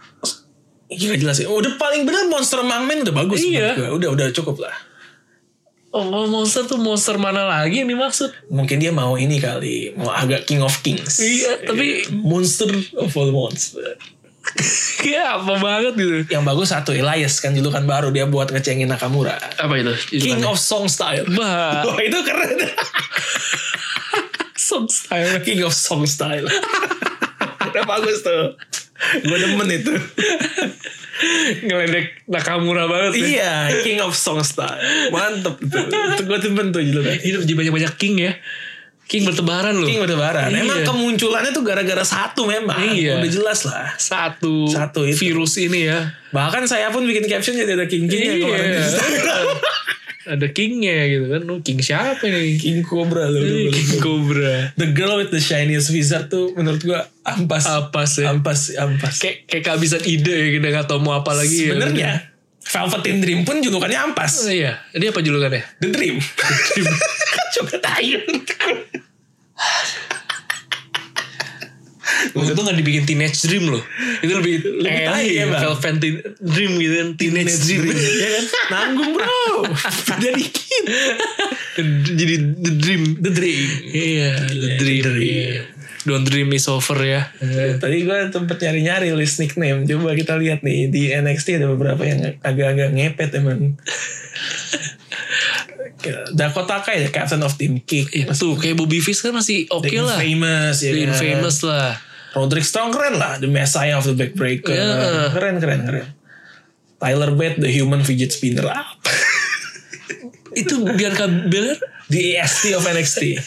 Iya jelas ya. Udah paling benar Monster Mangman udah bagus. Iya. Gue. Udah udah cukup lah. Oh monster tuh monster mana lagi yang dimaksud? Mungkin dia mau ini kali, mau agak King of Kings. Iya, tapi Monster of all monster. Kayak apa banget gitu. Yang bagus satu Elias kan julukan baru dia buat ngecengin Nakamura. Apa itu? King of Song Style. Bah. Wah itu keren. Song Style. King of Song Style. Udah bagus tuh. Gue demen itu. Ngeledek Nakamura banget ya. Iya, King of Song Style. Mantep tuh. Itu gue demen tuh julukan. Hidup jadi banyak-banyak King ya. King bertebaran loh. King bertebaran. Iya. Emang kemunculannya tuh gara-gara satu memang. Iya. Udah jelas lah. Satu. Satu itu. Virus ini ya. Bahkan saya pun bikin caption jadi ada King-Kingnya. Iya. Ada Kingnya gitu kan. Oh, King siapa nih? King Cobra loh. King Cobra. The girl with the shiniest wizard tuh menurut gue ampas. Ampas ya. Ampas. Ampas. Kayak kayak kehabisan ide ya. Kita gak tau mau apa lagi. Sebenarnya ya. Velveteen Dream pun julukannya ampas. Oh, iya. Dia apa julukannya? The Dream. Coba tayo. Waktu itu gak dibikin Teenage Dream loh. Itu lebih Lebih tai ya bang. Velveteen Dream gitu kan. Teenage, Teenage Dream, Dream. Ya kan. Nanggung bro. Udah dikit. Jadi The Dream. The Dream. Iya The Dream, the dream. Yeah. Don't dream is over ya. Tadi gue sempet nyari-nyari list nickname. Coba kita lihat nih. Di N X T ada beberapa yang agak-agak ngepet emang. Dakota Kai Captain of Team Kick. Itu kayak Bobby Fish kan masih oke okay lah. Infamous ya The kan. Infamous lah. Roderick Strong keren lah. The Messiah of the Backbreaker. Yeah. Keren keren keren. Tyler Bate The Human Fidget Spinner. Apa? Itu Bianca Belair. The A S T of N X T.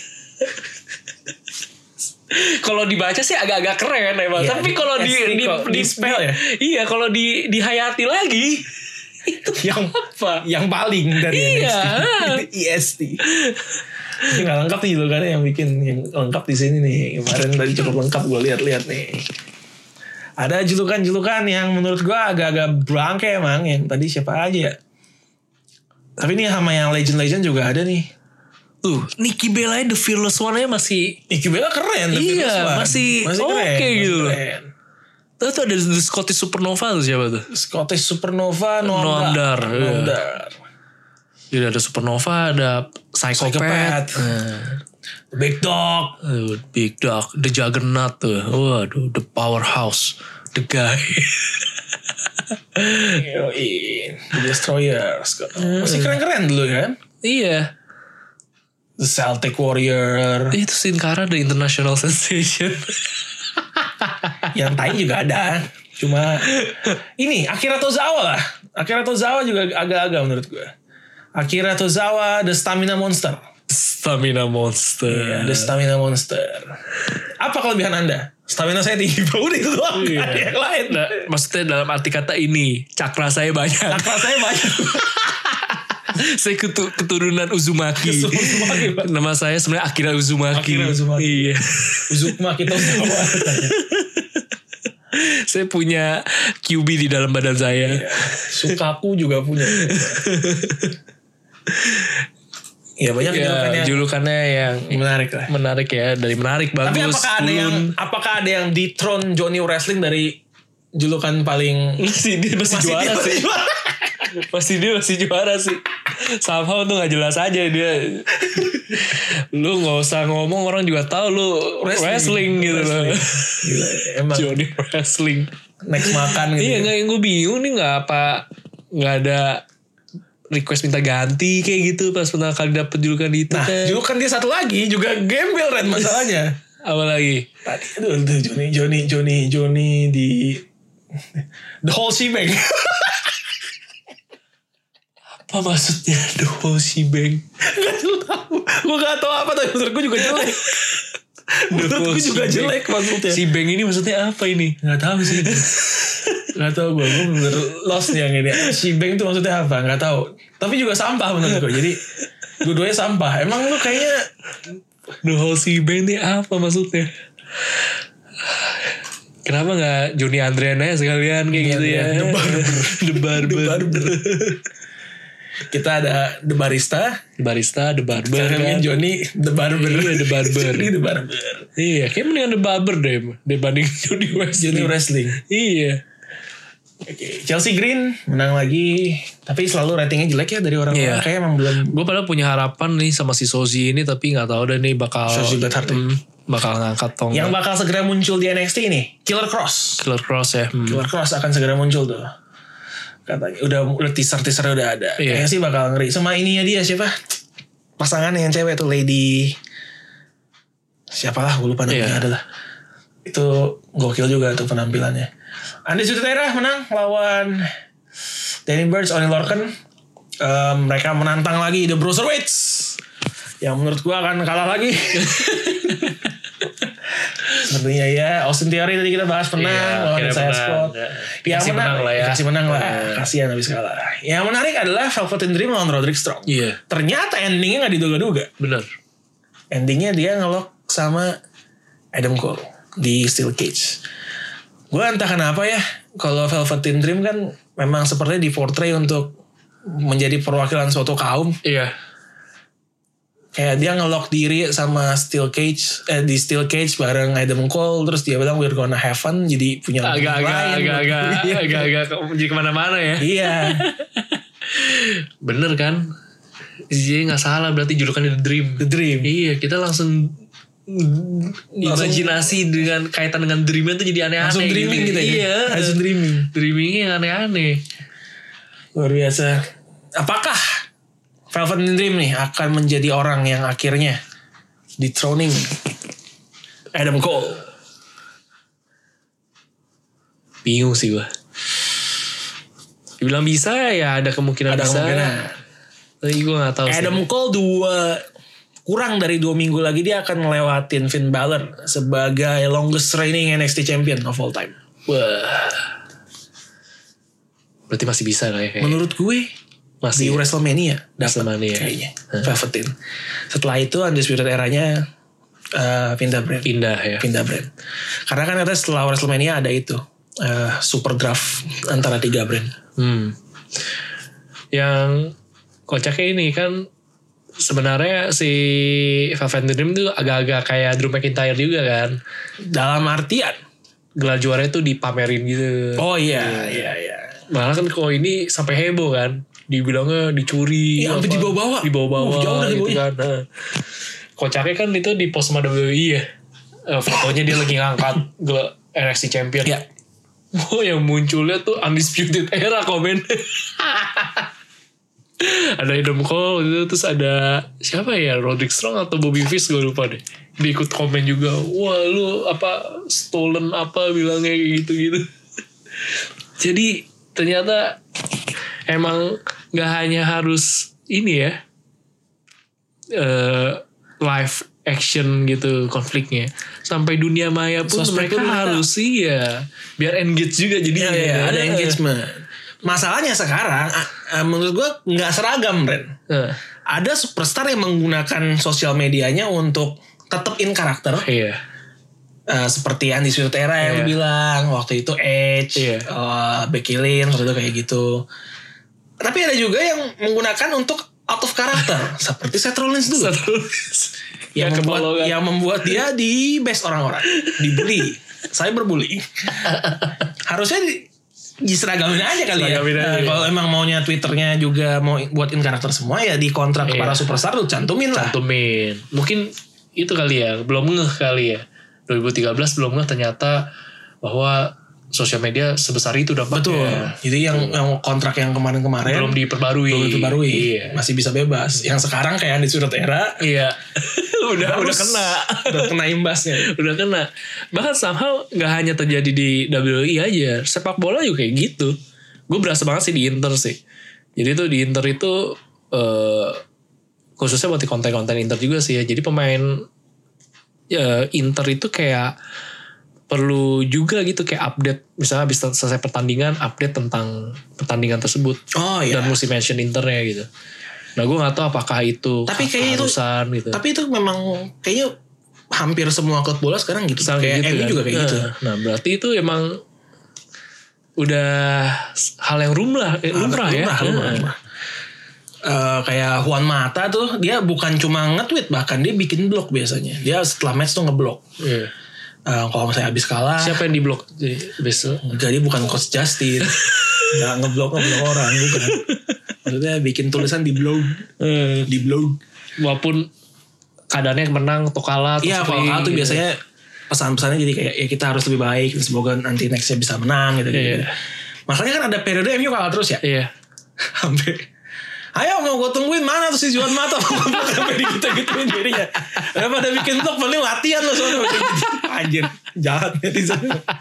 Kalau dibaca sih agak-agak keren emang. Ya, tapi kalau di di, di, di spell ya. Iya kalau di dihayati lagi. Itu yang apa? Yang paling dari iya. N X T. E S T. Ini nggak lengkap nih julukannya yang bikin yang lengkap di sini nih. Kemarin tadi cukup lengkap gue lihat-lihat nih. Ada julukan-julukan yang menurut gue agak-agak bangke emang. Yang tadi siapa aja ya. Tapi ini sama yang legend-legend juga ada nih. Tuh, Nikki Bella The Fearless One-nya masih. Nikki Bella keren. The iya, masih, masih oke okay gitu. Keren. Terus tuh ada The Scottish Supernova tuh siapa tuh? Scottish Supernova Noamdar. Noamdar. Jadi ada Supernova, ada Psychopath. Psychopath. Uh. Big Dog. Uh, Big Dog. The Juggernaut tuh. Waduh, The Powerhouse. The Guy. Yoi. The Destroyer. Masih keren-keren dulu kan? Iya. The Celtic Warrior. Itu Sin Cara the international sensation. Yang tai juga ada. Cuma ini Akira Tozawa lah. Akira Tozawa juga agak-agak menurut gue. Akira Tozawa the Stamina Monster. Stamina Monster. Iya, the Stamina Monster. Apa kelebihan Anda? Stamina saya tinggi. Udah itu doang. Iya. Gak ada yang lain. Nah, maksudnya dalam arti kata ini, cakra saya banyak. Cakra saya banyak. Saya ketu- keturunan Uzumaki. Uzumaki, Pak. Nama saya sebenarnya Akira Uzumaki. Akira Uzumaki. Iya. Uzumaki Tozawa. Saya punya Q B di dalam badan saya. Iya. Sukaku juga punya. Ya banyak Ya, julukannya. julukannya yang Menarik lah. menarik ya, dari menarik bagus. Tapi apakah ada Kulun. yang apakah ada yang dethrone Johnny Wrestling dari julukan paling masih dia masih, Masih juara dia sih. masih juara. Masih dia masih juara sih. Somehow tuh gak jelas aja dia. Lu gak usah ngomong, orang juga tahu lu wrestling, wrestling gitu loh. Gila, emang Johnny Wrestling. next makan gitu. Iya gak, yang gue bingung nih gak apa, gak ada request minta ganti kayak gitu pas pertama kali dapet julukan itu. Nah, kan. julukan dia satu lagi juga gembel Ren masalahnya. Apa lagi? Tadi aduh, aduh Johnny Johnny Johnny Johnny di The Whole Shebang. Apa maksudnya The Whole Shebang? Gak tahu. Gue gak tahu apa tapi menurut gue juga jelek. Menurut gue juga jelek maksudnya. Shebang ini maksudnya apa ini? Gak tahu sih. Gak tahu gue. Gue bener lost nih yang ini. Shebang itu maksudnya apa? Gak tahu. Tapi juga sampah menurut gue. Jadi dua-duanya sampah. Emang lu kayaknya The Whole Shebang ini apa maksudnya? Kenapa gak Johnny Andriana sekalian kayak gitu ya? The Barber. The Barber. The Barber. Kita ada The Barista, The Barista, The Barber kan? kan. Johnny The Barber. Iya, The Barber. Johnny The Barber. Iya, kayak mendingan The Barber deh dibanding Johnny Wrestling. Johnny Wrestling. Iya. Oke, Chelsea Green menang lagi, tapi selalu ratingnya jelek ya dari orang-orang. Iya. Kayak emang belum. Gue padahal punya harapan nih sama si Sozi ini, tapi nggak tahu deh nih bakal Sozi Blackheart. hmm, bakal ngangkat tong. Yang bakal segera muncul di N X T ini, Killer Cross. Killer Cross ya. Hmm. Killer Cross akan segera muncul tuh. Katanya udah udah teaser-teaser udah ada. Iya. Kayaknya sih bakal ngeri. Sama ininya dia siapa? Pasangan yang cewek tuh Lady siapalah gue lupa namanya Iya. adalah. Itu gokil juga tuh penampilannya. Undisputed Era menang lawan Danny Burch, Oney Lorcan. Um, mereka menantang lagi The Bruiserweights yang menurut gue akan kalah lagi. Sepertinya ya Austin Theory tadi kita bahas menang Iya, lawan akhirnya Isaiah menang. Scott. Ya. Yang Dikasih menang, menang lah ya. Kasih menang lah. Iya. Kasihan habis kalah. Yang menarik adalah Velveteen Dream lawan Roderick Strong. Iya. Ternyata endingnya gak diduga-duga. Bener. Endingnya dia ngelok sama Adam Cole di Steel Cage. Gue entah kenapa ya, kalau Velveteen Dream kan memang sepertinya diportray untuk menjadi perwakilan suatu kaum. Iya. Kayak dia ngelok diri sama Steel Cage, eh, di Steel Cage bareng Adam Cole, terus dia bilang we're gonna have fun, jadi punya Agak-agak, agak-agak, Iya. agak-agak jadi kemana-mana ya. Iya. Bener kan? Jadi nggak salah berarti julukannya The Dream. The Dream. Iya, kita langsung imajinasi dengan kaitan dengan dreamnya tuh jadi aneh-aneh. Langsung dreaming gitu. kita ya. Iya. Langsung dreaming. Dreamingnya yang aneh-aneh. Luar biasa. Apakah Velveteen Dream nih akan menjadi orang yang akhirnya dethroning Adam Cole? Bingung sih gue. Dibilang bisa ya ada kemungkinan Ada bisa. kemungkinan. Tapi gue gak tahu Adam sih. Cole dua kurang dari dua minggu lagi dia akan ngelewatin Finn Balor sebagai longest reigning N X T champion of all time. Wah. Berarti masih bisa lah ya. Menurut gue Masih. di WrestleMania dapat WrestleMania. kayaknya Velveteen. Setelah itu Undisputed Era-nya uh, pindah brand. Pindah ya. Pindah brand. Karena kan katanya setelah WrestleMania ada itu uh, super draft antara tiga brand. Hmm. Yang kocaknya ini kan sebenarnya si Velveteen Dream tuh agak-agak kayak Drew McIntyre juga kan. Dalam artian Gelar juaranya tuh dipamerin gitu. oh iya iya iya. Malah kan kalau ini sampai heboh kan. Dibilangnya dicuri. Iya, sampai apa, dibawa-bawa. Dibawa-bawa. Uh, jauh dari gitu bawahnya. kan. Nah. Kocaknya kan itu di post sama W W E ya. Uh, fotonya dia lagi ngangkat gelar N X T champion. Iya. Oh yang munculnya tuh Undisputed Era komen. Ada Adam Cole gitu, terus ada siapa ya, Roderick Strong atau Bobby Fish gue lupa deh. Dia ikut komen juga, wah lu apa stolen apa bilangnya kayak gitu-gitu. Jadi ternyata emang nggak hanya harus ini ya uh, live action gitu konfliknya, sampai dunia maya pun Sosmed mereka pun harus iya biar engage juga jadi ya, ya, ada engagement. Masalahnya sekarang uh, menurut gue nggak seragam, Ren. Uh. Ada superstar yang menggunakan sosial medianya untuk tetap in karakter. Iya. Uh, seperti Andi Suryatera yang Iya. bilang waktu itu Edge, Iya. uh, Becky Lynch waktu itu kayak gitu. Tapi ada juga yang menggunakan untuk out of karakter seperti Seth Rollins dulu. Seth Rollins. yang Ya, membuat kebolongan. yang membuat dia di best orang-orang, dibully, cyberbullying. Harusnya di, diseragamin aja kali Seragamin ya. aja, Nah, ya. kalau emang maunya Twitternya juga mau buatin karakter semua ya di kontrak Iya. para superstar lu cantumin lah. Cantumin. Mungkin itu kali ya, belum ngeh kali ya. dua ribu tiga belas belum ngeh ternyata bahwa sosial media sebesar itu dampaknya. Betul. Jadi yang yang kontrak yang kemarin-kemarin Belum diperbarui. belum diperbarui. Iya. Masih bisa bebas. Yang sekarang kayak Andi Suryatera Iya. udah harus udah kena. udah kena imbasnya. udah kena. Bahkan somehow gak hanya terjadi di W W E aja, sepak bola juga kayak gitu. Gue berasa banget sih di Inter sih. Jadi tuh di Inter itu uh, khususnya buat di konten-konten Inter juga sih ya. Jadi pemain uh, Inter itu kayak perlu juga gitu kayak update, misalnya habis selesai pertandingan update tentang pertandingan tersebut. Oh iya. Dan mesti mention Internya gitu. Nah gue gak tahu apakah itu Tapi kayaknya itu keharusan gitu. Tapi itu memang kayaknya hampir semua klub bola sekarang gitu. Sama Kayak gitu M U kan. juga kayak nah, gitu. Nah berarti itu emang udah hal yang lumrah, eh, lumrah, ya. Lumrah, lumrah, Nah. lumrah. Uh, kayak Juan Mata tuh dia bukan cuma nge-tweet, bahkan dia bikin blog biasanya. Dia setelah match tuh ngeblok. Iya. Uh, kalau misalnya habis kalah, Siapa yang di blok besok? enggak, dia bukan Coach Justin. Nggak ngeblok ngeblok orang, bukan. Maksudnya bikin tulisan di blog, Eh, di blog. walaupun keadaannya menang atau kalah. atau Iya, kalau seri, kalah tuh gitu. biasanya pesan-pesannya jadi kayak ya kita harus lebih baik, semoga nanti nextnya bisa menang gitu. gitu. Iya. Makanya kan ada periode M U kalah terus ya. Iya. Sampai ayo mau gue tungguin mana tuh si Juan Mata. Sampai digituin dirinya. Daripada bikin vlog paling latihan loh soalnya. Anjir, jahat netizen.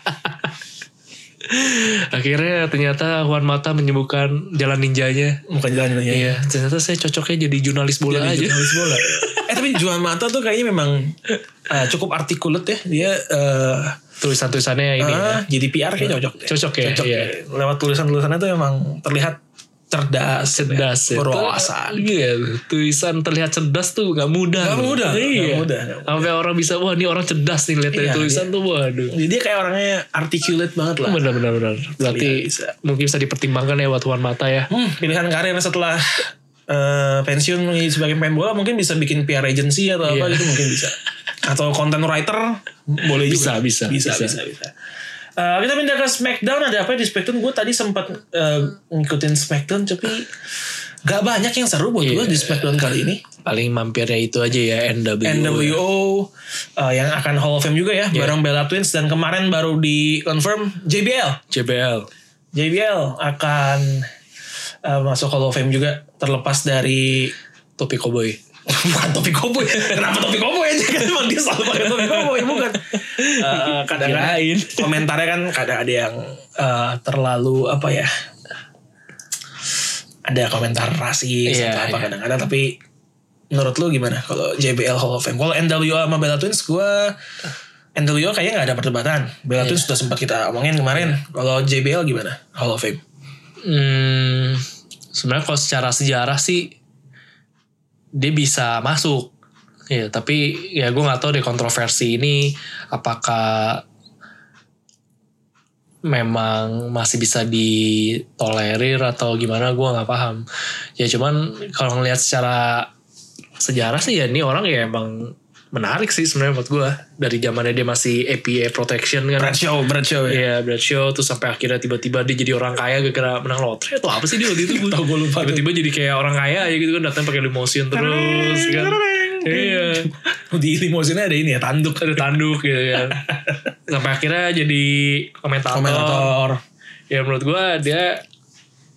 Akhirnya ternyata Juan Mata menyembuhkan jalan ninjanya. Bukan jalan ya. Iya, ternyata saya cocoknya jadi jurnalis bola Jadi aja. jurnalis bola. Eh tapi Juan Mata tuh kayaknya memang uh, cukup articulate ya. Dia uh, Tulisan-tulisannya ini. uh, ya. jadi P R kayak cocok. deh. Cocok ya, Cocok iya. ya. Lewat tulisan-tulisannya tuh memang terlihat cerdas, Cerdas ya. berwawasan. Iya, tulisan terlihat cerdas tuh gak mudah. Gak loh. mudah, Iya. gak mudah, gak mudah. Sampai orang bisa, wah ini orang cerdas nih lihat dari Iya, tulisan iya. tuh, waduh. Jadi dia kayak orangnya articulate banget lah. Benar-benar benar. Berarti Iya, bisa. mungkin bisa dipertimbangkan ya buat Juan Mata ya. Hmm, pilihan karir setelah uh, pensiun sebagai pemain bola mungkin bisa bikin P R agency atau apa Iya. gitu mungkin bisa. Atau content writer boleh Bisa, juga. bisa, bisa, bisa. bisa, bisa. Uh, kita pindah ke Smackdown. Ada apa di Smackdown? Gue tadi sempat uh, ngikutin Smackdown tapi gak banyak yang seru buat Iya. gue di Smackdown kali ini. Paling mampirnya itu aja ya N W O. N W O uh, yang akan Hall of Fame juga ya, Iya. bareng Bella Twins, dan kemarin baru di confirm J B L. J B L. J B L akan uh, masuk Hall of Fame juga, terlepas dari Topi Cowboy. bukan topi koboi. Kenapa topi koboi aja kan? Emang dia selalu pakai topi koboi, bukan? Uh, kadang-kadang Kirain. komentarnya kan kadang ada yang uh, terlalu apa ya? Ada komentar rasis Iya, atau apa iya. kadang-kadang. Tapi menurut lu gimana kalau J B L Hall of Fame? Kalau N W O sama Bella Twins, gue N W O kayaknya nggak ada perdebatan. Bella Iya. Twins sudah sempat kita omongin kemarin. Kalau J B L gimana Hall of Fame? Hmm, sebenarnya kalau secara sejarah sih dia bisa masuk, ya. Tapi ya gue nggak tahu deh kontroversi ini apakah memang masih bisa ditolerir atau gimana, gue nggak paham. Ya cuman kalau ngelihat secara sejarah sih ya ini orang ya emang menarik sih sebenarnya buat gue, dari zamannya dia masih A P A protection kan. Brad Show, Brad Show ya. Iya, Brad Show, terus sampai akhirnya tiba-tiba dia jadi orang kaya gara-gara menang lotre atau apa sih dia waktu itu? Tahu gue lupa. Tiba-tiba jadi kayak orang kaya aja gitu kan, datang pakai limousine terus kan. Iya. Di limousinnya ada ini ya, tanduk. Ada tanduk gitu kan. Sampai akhirnya jadi komentator. Komentator. Ya menurut gue dia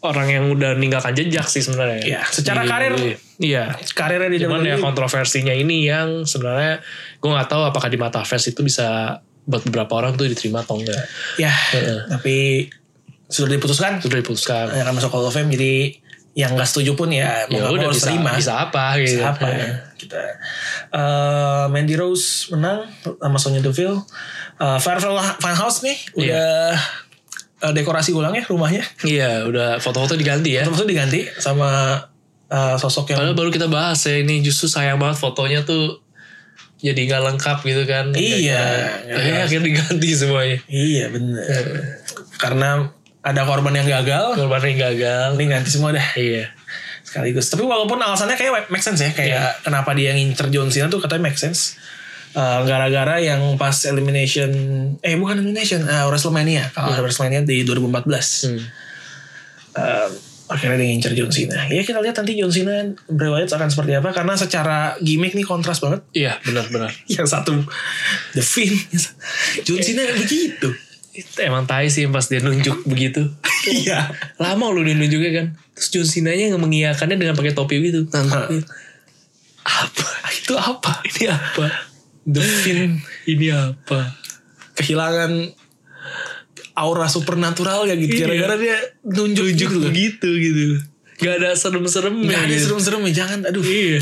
orang yang udah meninggalkan jejak sih sebenarnya. Iya, secara Di- karir. Iya. Karirnya di Cuman W W E. ya kontroversinya ini yang sebenarnya gue nggak tahu apakah di mata fans itu bisa buat beberapa orang tuh diterima atau enggak. Ya, Heeh. tapi sudah diputuskan. Sudah diputuskan. Ya, akan masuk Hall of Fame, jadi yang nggak setuju pun ya mau Ya nggak mau udah harus bisa terima. bisa apa gitu. Bisa apa ya kita. Eh, Mandy Rose menang sama Sonya Deville. Uh, Farrell Funhouse nih udah uh, dekorasi ulang ya rumahnya. Iya, udah foto-foto diganti ya. Terus diganti sama uh, sosok yang. Padahal baru kita bahas ya, ini justru sayang banget fotonya tuh jadi nggak lengkap gitu kan. Iya. Eh, akhirnya diganti semuanya. Iya bener. Karena ada korban yang gagal. Korban yang gagal. Ini ganti semua dah. Iya. Sekaligus. Tapi walaupun alasannya kayak make sense ya. Kayak kenapa dia ngincer John Cena tuh katanya make sense. Uh, gara-gara yang pas elimination. Eh bukan elimination. Uh, WrestleMania. Kalau Hmm. WrestleMania di dua ribu empat belas. Hmm. Uh, akhirnya dia ngincer John Cena. Ya kita lihat nanti John Cena Bray Wyatt akan seperti apa. Karena secara gimmick nih kontras banget. Iya, benar-benar. Yang satu The Fiend. John Cena begitu. Itu emang tai sih pas dia nunjuk begitu. Iya. Lama lu dia nunjuknya kan. Terus John Cena-nya mengiyakannya dengan pakai topi gitu. Nangkepin. Apa? Itu apa? Ini apa? The Fiend. Ini apa? Kehilangan aura supernatural ya gitu. Iya. Gara-gara dia nunjuk, Nunjuk gitu loh. begitu gitu. Gak ada serem-seremnya. Gak ada gitu. serem-serem ya. Jangan. Aduh. Iya.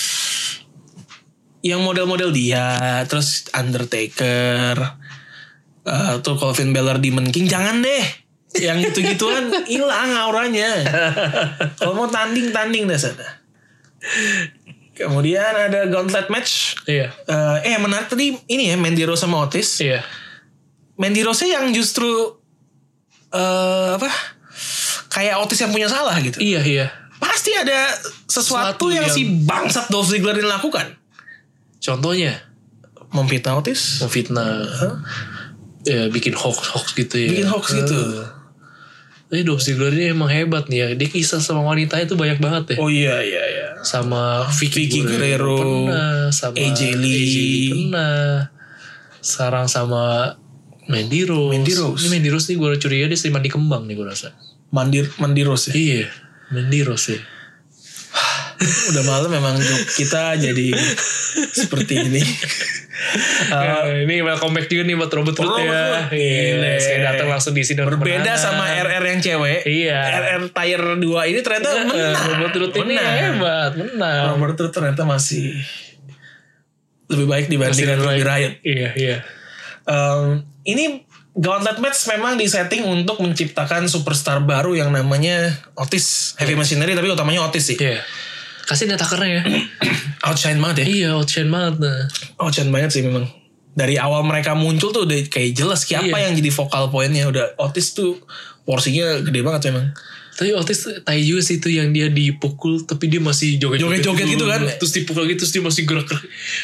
Yang model-model dia. Terus Undertaker. Uh, tuh Calvin Balor Demon King. Jangan deh. Yang gitu-gituan hilang auranya. Kalau mau tanding-tanding dah sana. Kemudian ada gauntlet match. Iya. Uh, eh menarik tadi ini ya Mandy Rose sama Otis. Iya. Mandy Rose yang justru uh, apa? Kayak Otis yang punya salah gitu. Iya, iya. Pasti ada sesuatu Sesuatu yang, yang- si bangsat Dolph Ziggler ini lakukan. Contohnya Memfitnah Otis. memfitnah. Ya, bikin hoax-hoax gitu ya. Bikin hoax gitu. Tapi Dolph Ziggler ini emang hebat nih ya. Dia kisah sama wanitanya tuh banyak banget ya. Oh iya iya iya. Sama Vicky, Vicky Guerrero, pernah, sama A J Lee. pernah. Sekarang sama Mandy Rose. Mandy Rose. Ini Mandy Rose nih gue curiga dia sering mandi kembang nih gue rasa. Mandir Mandy Rose ya. Iya, Mandy Rose ya. Udah malam memang joke kita jadi seperti ini. Uh, ini welcome back juga nih buat Robert Root Robert ya. Root. Gile. Saya datang langsung di sini. Berbeda sama R R yang cewek. Iya. R R Tier dua ini ternyata menang. Robert Root ini Menang. hebat, menang. Robert Root ternyata masih lebih baik dibandingkan Masih Ruby baik. Riott. Iya, iya. Um, ini Gauntlet Match memang disetting untuk menciptakan superstar baru yang namanya Otis. Heavy Machinery tapi utamanya Otis sih. Iya. Kasih dia takernya ya. Outshine banget ya. Iya, outshine banget nah. Outshine banget sih memang. Dari awal mereka muncul tuh udah kayak jelas siapa Iya. yang jadi vokal poinnya. Udah Otis tuh porsinya gede banget memang. Tapi Otis tai juga sih itu yang dia dipukul tapi dia masih joget-joget. Joget-joget gitu kan. Terus dipukul gitu terus dia masih gerak-gerak.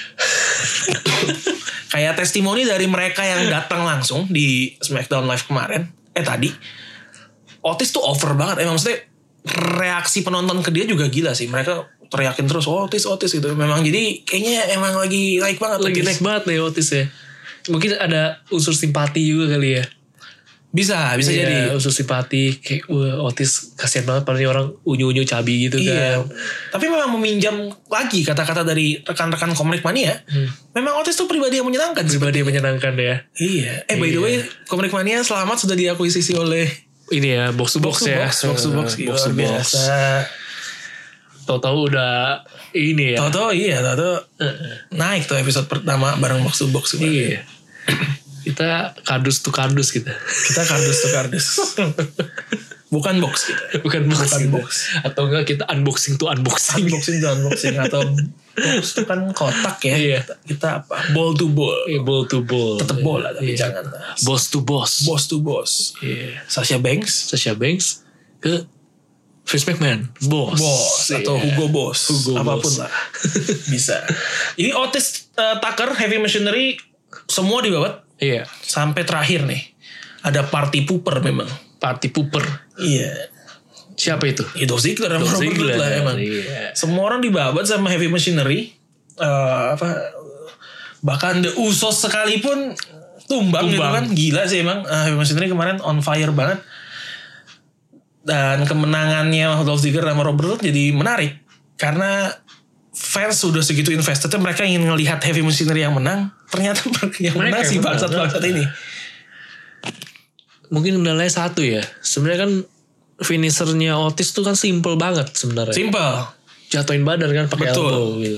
Kayak testimoni dari mereka yang datang langsung di SmackDown Live kemarin. Eh tadi. Otis tuh over banget. Emang maksudnya reaksi penonton ke dia juga gila sih. Mereka teriakin terus oh, Otis Otis gitu. Memang jadi kayaknya emang lagi naik banget. Lagi Otis. naik banget nih Otis ya. Mungkin ada unsur simpati juga kali ya. Bisa, bisa Iya, jadi. unsur simpati kayak wah Otis kasihan banget padahal ini orang unyu-unyu cabi gitu Iya. kan. Tapi memang meminjam lagi kata-kata dari rekan-rekan Komrik Mania. Hmm. Memang Otis tuh pribadi yang menyenangkan. Pribadi yang menyenangkan ya. Iya. Eh by the way, Komrik Mania selamat sudah diakuisisi oleh Ini ya box to box, Box to ya. Box, Box to Box, box to luar box. biasa. Tahu-tahu udah ini ya. Tahu-tahu iya, tahu-tahu naik tuh episode pertama bareng Box to Box. Iya. Kita kardus tuh kardus kita. Kita kardus tuh kardus. Bukan box kita. Bukan box. Bukan kita. box. Atau enggak kita unboxing tuh unboxing. Unboxing tuh unboxing atau box itu kan kotak ya. Iya. Kita, kita apa? Ball to ball. Iya, ball to ball. Tetep bola tapi Iya. jangan. Boss to boss. Boss to boss. Iya. Sasha Banks. Sasha Banks ke Vince McMahon. Boss. Boss atau Iya. Hugo Boss. Hugo apapun Boss. lah. Bisa. Ini Otis uh, Tucker Heavy Machinery semua dibabat Iya. sampai terakhir nih. Ada party pooper memang. Party pooper. Iya. Siapa itu? Ya Dolph Ziggler sama Dolph Robert Roode Ziggler, lah emang. iya. Semua orang dibabat sama Heavy Machinery. Uh, apa bahkan The Usos sekalipun tumbang, gitu Tumbang. kan. Gila sih emang. Uh, Heavy Machinery kemarin on fire banget. Dan kemenangannya Dolph Ziggler sama Robert Roode jadi menarik. Karena fans sudah segitu investednya, mereka ingin ngelihat Heavy Machinery yang menang. Ternyata yang menang si bangsat-bangsat ini. Mungkin kendalanya satu ya. Sebenarnya kan finishernya Otis tuh kan simple banget sebenarnya. Simple. Jatuhin badan kan pakai elbow gitu.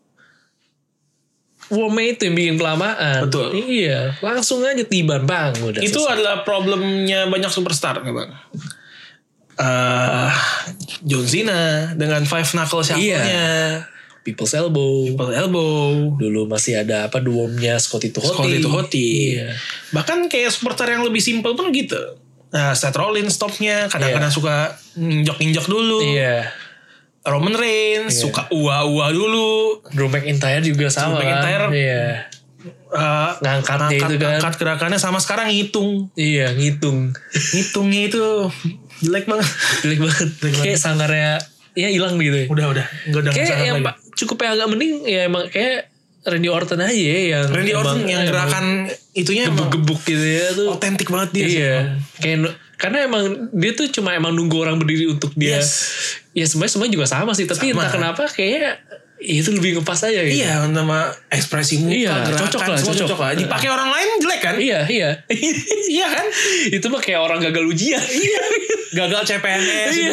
Wormnya itu yang bikin kelamaan. Betul. Iya, langsung aja tiban bang. Udah itu selesai. Adalah problemnya banyak superstar bang. Uh, John Cena dengan five knuckle shuffle-nya. Iya. People's Elbow. People's Elbow. Dulu masih ada apa duomnya Scotty to Hotty. Scotty to Hotty. Iya. Bahkan kayak superstar yang lebih simple pun gitu. Nah, Seth Rollins stopnya kadang-kadang yeah. suka injok-injok dulu. Iya. Roman Reigns yeah. suka ua-ua dulu. Drew McIntyre juga sama. Drew McIntyre kan? Iya. Uh, ngangkatnya ngangkat, itu kan. Ngangkat gerakannya sama sekarang ngitung. Iya, ngitung. Ngitungnya itu jelek banget. Jelek banget. Kayak sangarnya ya hilang gitu. Udah, udah. Enggak ada kayak yang lagi. Cukup yang agak mending ya emang kayak Randy Orton aja ya yang Randy Orton yang gerakan itunya gebuk-gebuk gitu ya tuh. Otentik banget dia. Iya. Kayak karena emang dia tuh cuma emang nunggu orang berdiri untuk dia. Yes. Ya sebenarnya semua juga sama sih, tapi sama. Entah kenapa kayak itu lebih ngepas aja gitu. Iya, sama ekspresi muka, iya, gerakan, cocok lah, semua cocok. cocok lah. Dipakai orang lain jelek kan? Iya, iya. Iya kan? Itu mah kayak orang gagal ujian. Iya. Gagal C P N S. Iya.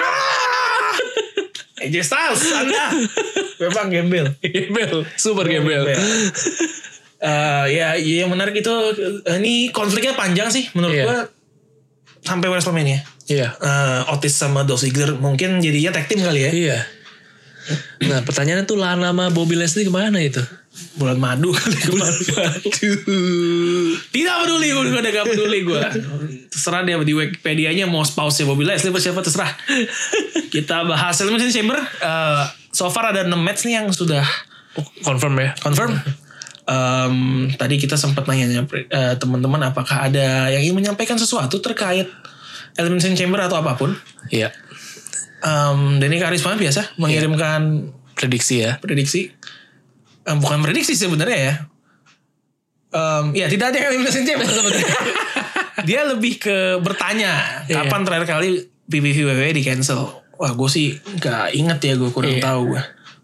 A J Styles, Anda. Memang gembel. Gembel. Super gembel. Uh, ya, yang menarik itu ini konfliknya panjang sih menurut yeah. gua sampai WrestleMania. Iya. Uh, Otis sama Dolph Ziggler mungkin jadinya tag team kali ya. Iya. Nah pertanyaannya tuh Lana sama Bobby Lashley kemana itu? Bulan madu kali. Bulan madu. Tidak peduli gue, udah gak peduli gue. Terserah dia di Wikipedia-nya mau spouse-nya Bobby Lashley apa siapa terserah. Kita bahas Elimination Chamber. Uh, so far ada enam match nih yang sudah confirm ya. Confirm. Um, tadi kita sempat nanya uh, teman-teman apakah ada yang ingin menyampaikan sesuatu terkait Elimination Chamber atau apapun. Iya. Um, Denny Karisma biasa mengirimkan yeah. prediksi ya. Prediksi. Um, bukan prediksi sebenarnya ya. Um, ya tidak ada Elimination Chamber sebenarnya. Dia lebih ke bertanya yeah. kapan terakhir kali P P V W W E di cancel. Wah gue sih gak inget ya, gue kurang yeah. tahu gue.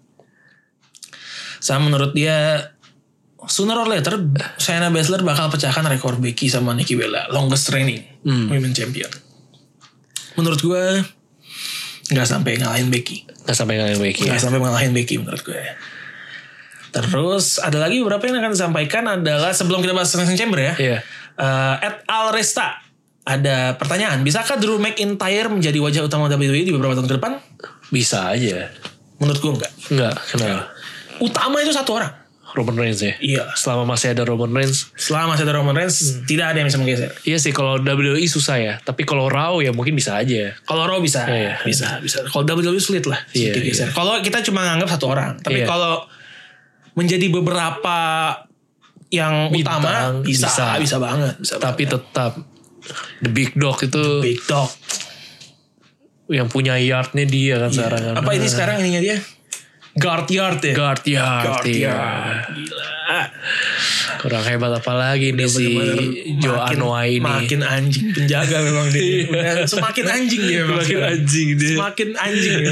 Sama menurut dia sooner or later Shayna Baszler bakal pecahkan rekor Becky sama Nikki Bella longest reigning hmm. women champion. Menurut gue nggak sampai ngalahin Becky. Nggak sampai ngalahin Becky. Nggak ya. sampai ngalahin Becky menurut gue. Terus ada lagi beberapa yang akan disampaikan adalah sebelum kita bahas Elimination Chamber ya. Iya. Uh, Ed Alresta ada pertanyaan. Bisakah Drew McIntyre menjadi wajah utama W W E di beberapa tahun ke depan? Bisa aja. Menurut gue enggak. Enggak. Kenapa? Utama itu satu orang. Roman Reigns ya. Iya. Selama masih ada Roman Reigns. Selama masih ada Roman Reigns hmm. tidak ada yang bisa menggeser. Iya sih kalau W W E susah ya. Tapi kalau Raw ya mungkin bisa aja. Kalau Raw bisa. Iya, bisa. Bisa. Kalau W W E sulit lah. Iya, iya. iya. Kalau kita cuma nganggap satu orang. Tapi iya. kalau menjadi beberapa yang Bintang, utama bisa. Bisa, bisa banget. Bisa tapi banget. tetap The Big Dog itu. The Big Dog. Yang punya yardnya dia kan iya. sekarang kan. Apa ini sekarang ininya dia? Guard yard ya. Guard yard. Guard iya. yard. Gila. Kurang hebat apalagi nih si Joe Anoa'i ini. Makin anjing penjaga memang dia. Udah semakin anjing dia memang. Semakin anjing dia. Semakin anjing dia.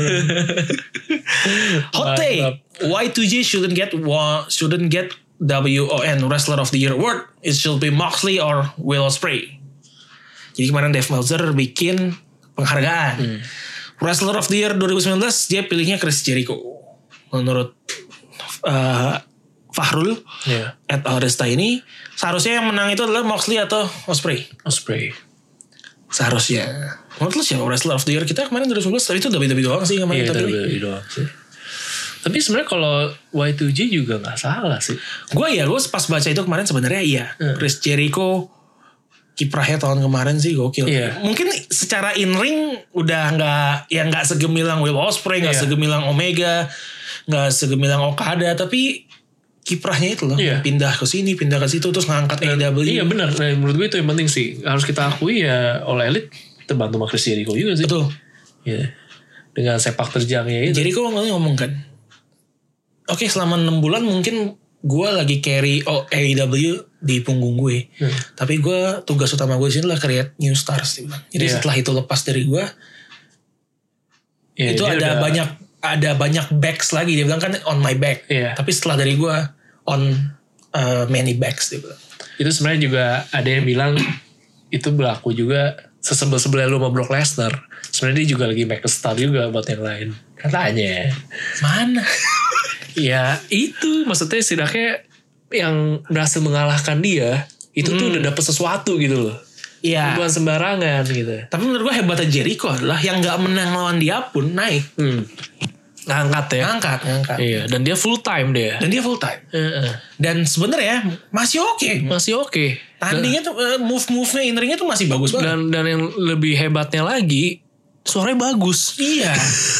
Hot take. Y two J shouldn't get shouldn't get W O N Wrestler of the Year award. It should be Moxley or Will Ospreay. Jadi kemarin Dave Meltzer bikin penghargaan. Hmm. Wrestler of the Year dua ribu sembilan belas dia pilihnya Chris Jericho. Menurut uh, Fahrul yeah. at Alresta ini seharusnya yang menang itu adalah Moxley atau Ospreay. Ospreay. Seharusnya. Menurut lu siapa Wrestler of the Year kita kemarin dua ribu sembilan belas? Tapi itu W W E doang sih kemarin. Iya W W E doang sih. Tapi sebenarnya kalau Y two J juga nggak salah sih. Gue ya gue pas baca itu kemarin sebenarnya iya. Hmm. Chris Jericho kiprahnya tahun kemarin sih gokil. Iya. Mungkin secara in ring udah nggak ya nggak segemilang Will Ospreay, nggak iya. segemilang Omega, nggak segemilang Okada, tapi kiprahnya itu loh, iya. pindah ke sini, pindah ke situ, terus ngangkat A E W. Iya benar, nah, menurut gue itu yang penting sih. Harus kita akui ya, All Elite terbantu sama Chris Jericho juga sih. Betul. Ya. Dengan sepak terjangnya itu. Jericho ngomong kan, oke selama enam bulan mungkin gue lagi carry oh, A E W di punggung gue. Hmm. Tapi gue tugas utama gue di sini adalah create new stars. Dia bilang. Jadi yeah. setelah itu lepas dari gue, yeah, itu ada udah... banyak ada banyak backs lagi. Dia bilang kan on my back. Yeah. Tapi setelah dari gue on uh, many backs. Dia bilang. Itu sebenarnya juga ada yang bilang itu berlaku juga sesebel-sebelnya lu sama Brock Lesnar. Sebenarnya dia juga lagi make a star juga buat yang lain. Katanya. Mana? Ya itu maksudnya setidaknya yang berhasil mengalahkan dia itu hmm. tuh udah dapet sesuatu gitu loh. Iya. Bukan sembarangan gitu. Tapi menurut gue hebatnya Jericho adalah yang gak menang lawan dia pun naik. Hmm. Ngangkat ya. Ngangkat, ngangkat. Iya. Dan dia full time dia. Dan dia full time. Uh-uh. Dan sebenarnya masih oke. Okay. Masih oke. Okay. Tandingnya tuh move-move-nya in ring-nya tuh masih bagus banget. Dan dan yang lebih hebatnya lagi suaranya bagus. Iya.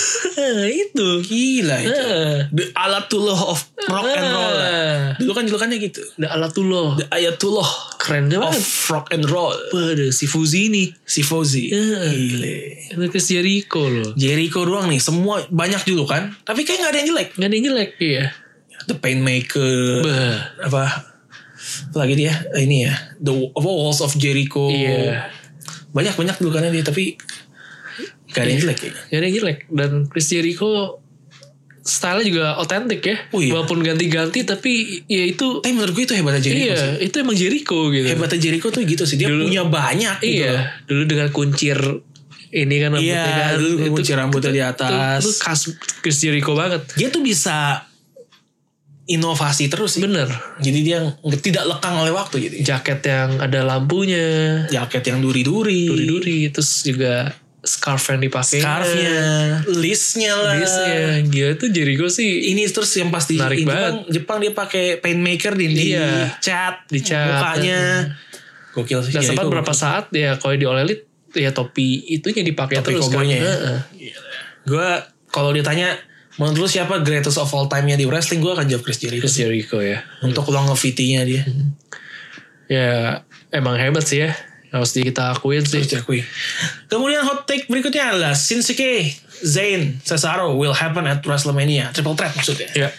Itu gila itu. Uh. The Ayatollah of rock uh. and roll. Dulu kan julukannya gitu. The Ayatollah. The Ayatollah. Keren banget. Of rock and roll. Pada si Fuzzy nih. Si Fuzzy. Uh. Gile. Itu ke Jericho loh. Jericho doang nih. Semua banyak julukan. Tapi kayak gak ada yang jelek. Gak ada yang jelek. Iya. The Painmaker. Bah. Apa. Apalagi dia. Ini ya. The Walls of Jericho. Iya. Banyak-banyak julukannya dia. Tapi gak ada yang jelek ya. Gak ada yang jelek. Dan Chris Jericho style juga otentik ya. Oh iya. Walaupun ganti-ganti tapi ya itu. Tapi menurut gue itu hebatnya Jericho iya, sih. Itu emang Jericho gitu. Hebatnya Jericho tuh gitu sih. Dia dulu, punya banyak gitu. Iya. Dulu dengan kuncir ini kan rambutnya iya, kan. Dulu itu, kuncir rambutnya di atas. Itu, itu khas Chris Jericho banget. Dia tuh bisa inovasi terus sih. Bener. Jadi dia tidak lekang oleh waktu gitu. Jaket yang ada lampunya. Jaket yang duri-duri. Duri-duri. Terus juga scarf yang dipakai, scarfnya, listnya lah, listnya, gila tuh Jericho sih. Ini terus yang pasti di Jepang, Jepang dia pakai paintmaker di, iya. di cat, di cat mukanya, gokil sih. Dan sempat berapa gokil. Saat ya kalau di All Elite ya topi itunya dipakai topi terus kan. Uh-uh. Gue kalau ditanya menurut lu siapa greatest of all time-nya di wrestling, gue akan jawab Chris Jericho. Chris Jericho ya. Untuk longevity-nya dia. Hmm. Ya emang hebat sih ya. Harus kita akuin sih. Harus diakui. Kemudian hot take berikutnya adalah Shinsuke, Zayn, Cesaro will happen at WrestleMania. Triple threat maksudnya. Ya.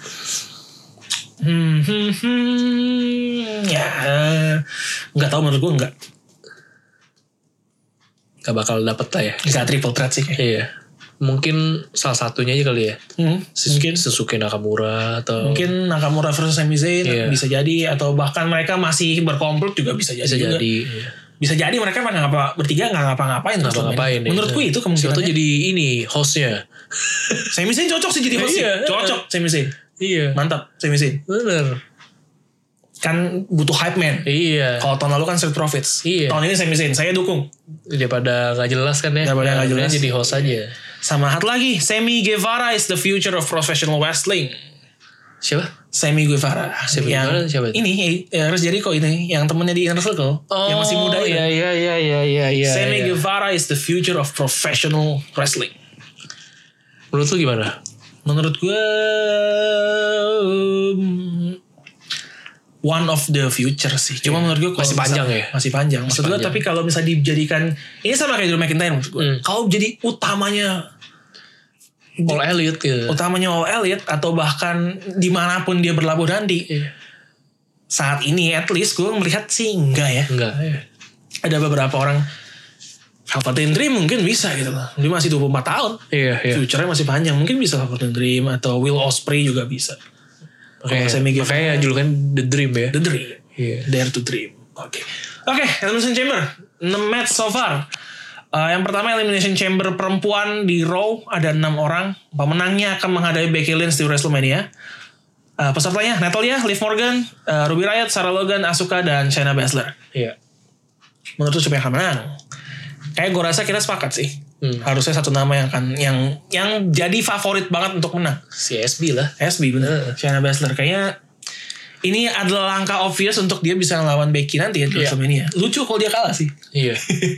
Hmm, hmm, hmm. Ya. Nggak tahu menurut gue nggak. Nggak bakal dapet lah ya. Nggak triple threat sih kayak. Iya. Mungkin salah satunya aja kali ya. Hmm, mungkin Shinsuke Nakamura atau mungkin Nakamura versus Sami Zayn iya. Bisa jadi, atau bahkan mereka masih berkomplot juga bisa jadi. Bisa juga. jadi. Iya. Bisa jadi mereka nggak ngapa bertiga nggak ngapa-ngapain. Ngapa-ngapain. Menurutku iya. itu kemungkinan. Siapa jadi ini hostnya. Sami Zayn cocok sih jadi host. Iya, cocok Sami Zayn. Iya. Mantap Sami Zayn. Bener. Kan butuh hype man. Iya. Kalau tahun lalu kan Street Profits. Iya. Tahun ini Sami Zayn. Saya dukung. Daripada nggak jelas kan ya. Daripada nggak jelas. Jadi host aja. Sama hat lagi. Sammy Guevara is the future of professional wrestling. Siapa? Sammy Guevara. Sammy yang Guevara siapa itu? Ini ya, Chris Jericho ini yang temennya di Inner Circle. Oh, yang masih muda itu. Iya iya iya iya iya iya. Sammy iya. Guevara is the future of professional wrestling. Menurut lu gimana? Menurut gue um, one of the future sih. Cuma yeah. menurut gue masih panjang misal, ya. Masih panjang. Maksud gue tapi kalau misalnya dijadikan ini sama kayak Drew McIntyre maksud gue. Hmm. Kalau jadi utamanya All Elite gitu. Utamanya All Elite atau bahkan dimanapun dia berlabuh nanti. Yeah. Saat ini at least gue melihat sih enggak ya. Enggak ya. Ada beberapa orang Velveteen Dream mungkin bisa gitu loh. Dia masih dua puluh empat tahun. Iya, iya. Future-nya masih panjang. Mungkin bisa Velveteen Dream atau Will Ospreay juga bisa. Makanya, makanya julukan The Dream ya. The Dream. Yeah. Dare to Dream. Oke. Okay. Oke, okay, Elimination Chamber. enam match so far. Uh, yang pertama Elimination Chamber perempuan di Raw. Ada enam orang. Pemenangnya akan menghadapi Becky Lynch di WrestleMania. Uh, pesertanya Natalya, Liv Morgan, uh, Ruby Riott, Sarah Logan, Asuka, dan Shayna Baszler. Iya. Menurut lu siapa yang akan menang? Kayak gue rasa kita sepakat sih. Hmm. Harusnya satu nama yang akan yang yang jadi favorit banget untuk menang. Si S B lah. S B bener. Uh. Shayna Baszler kayaknya ini adalah langkah obvious untuk dia bisa ngelawan Becky nanti ya di WrestleMania. Yeah. Lucu kalau dia kalah sih. Iya.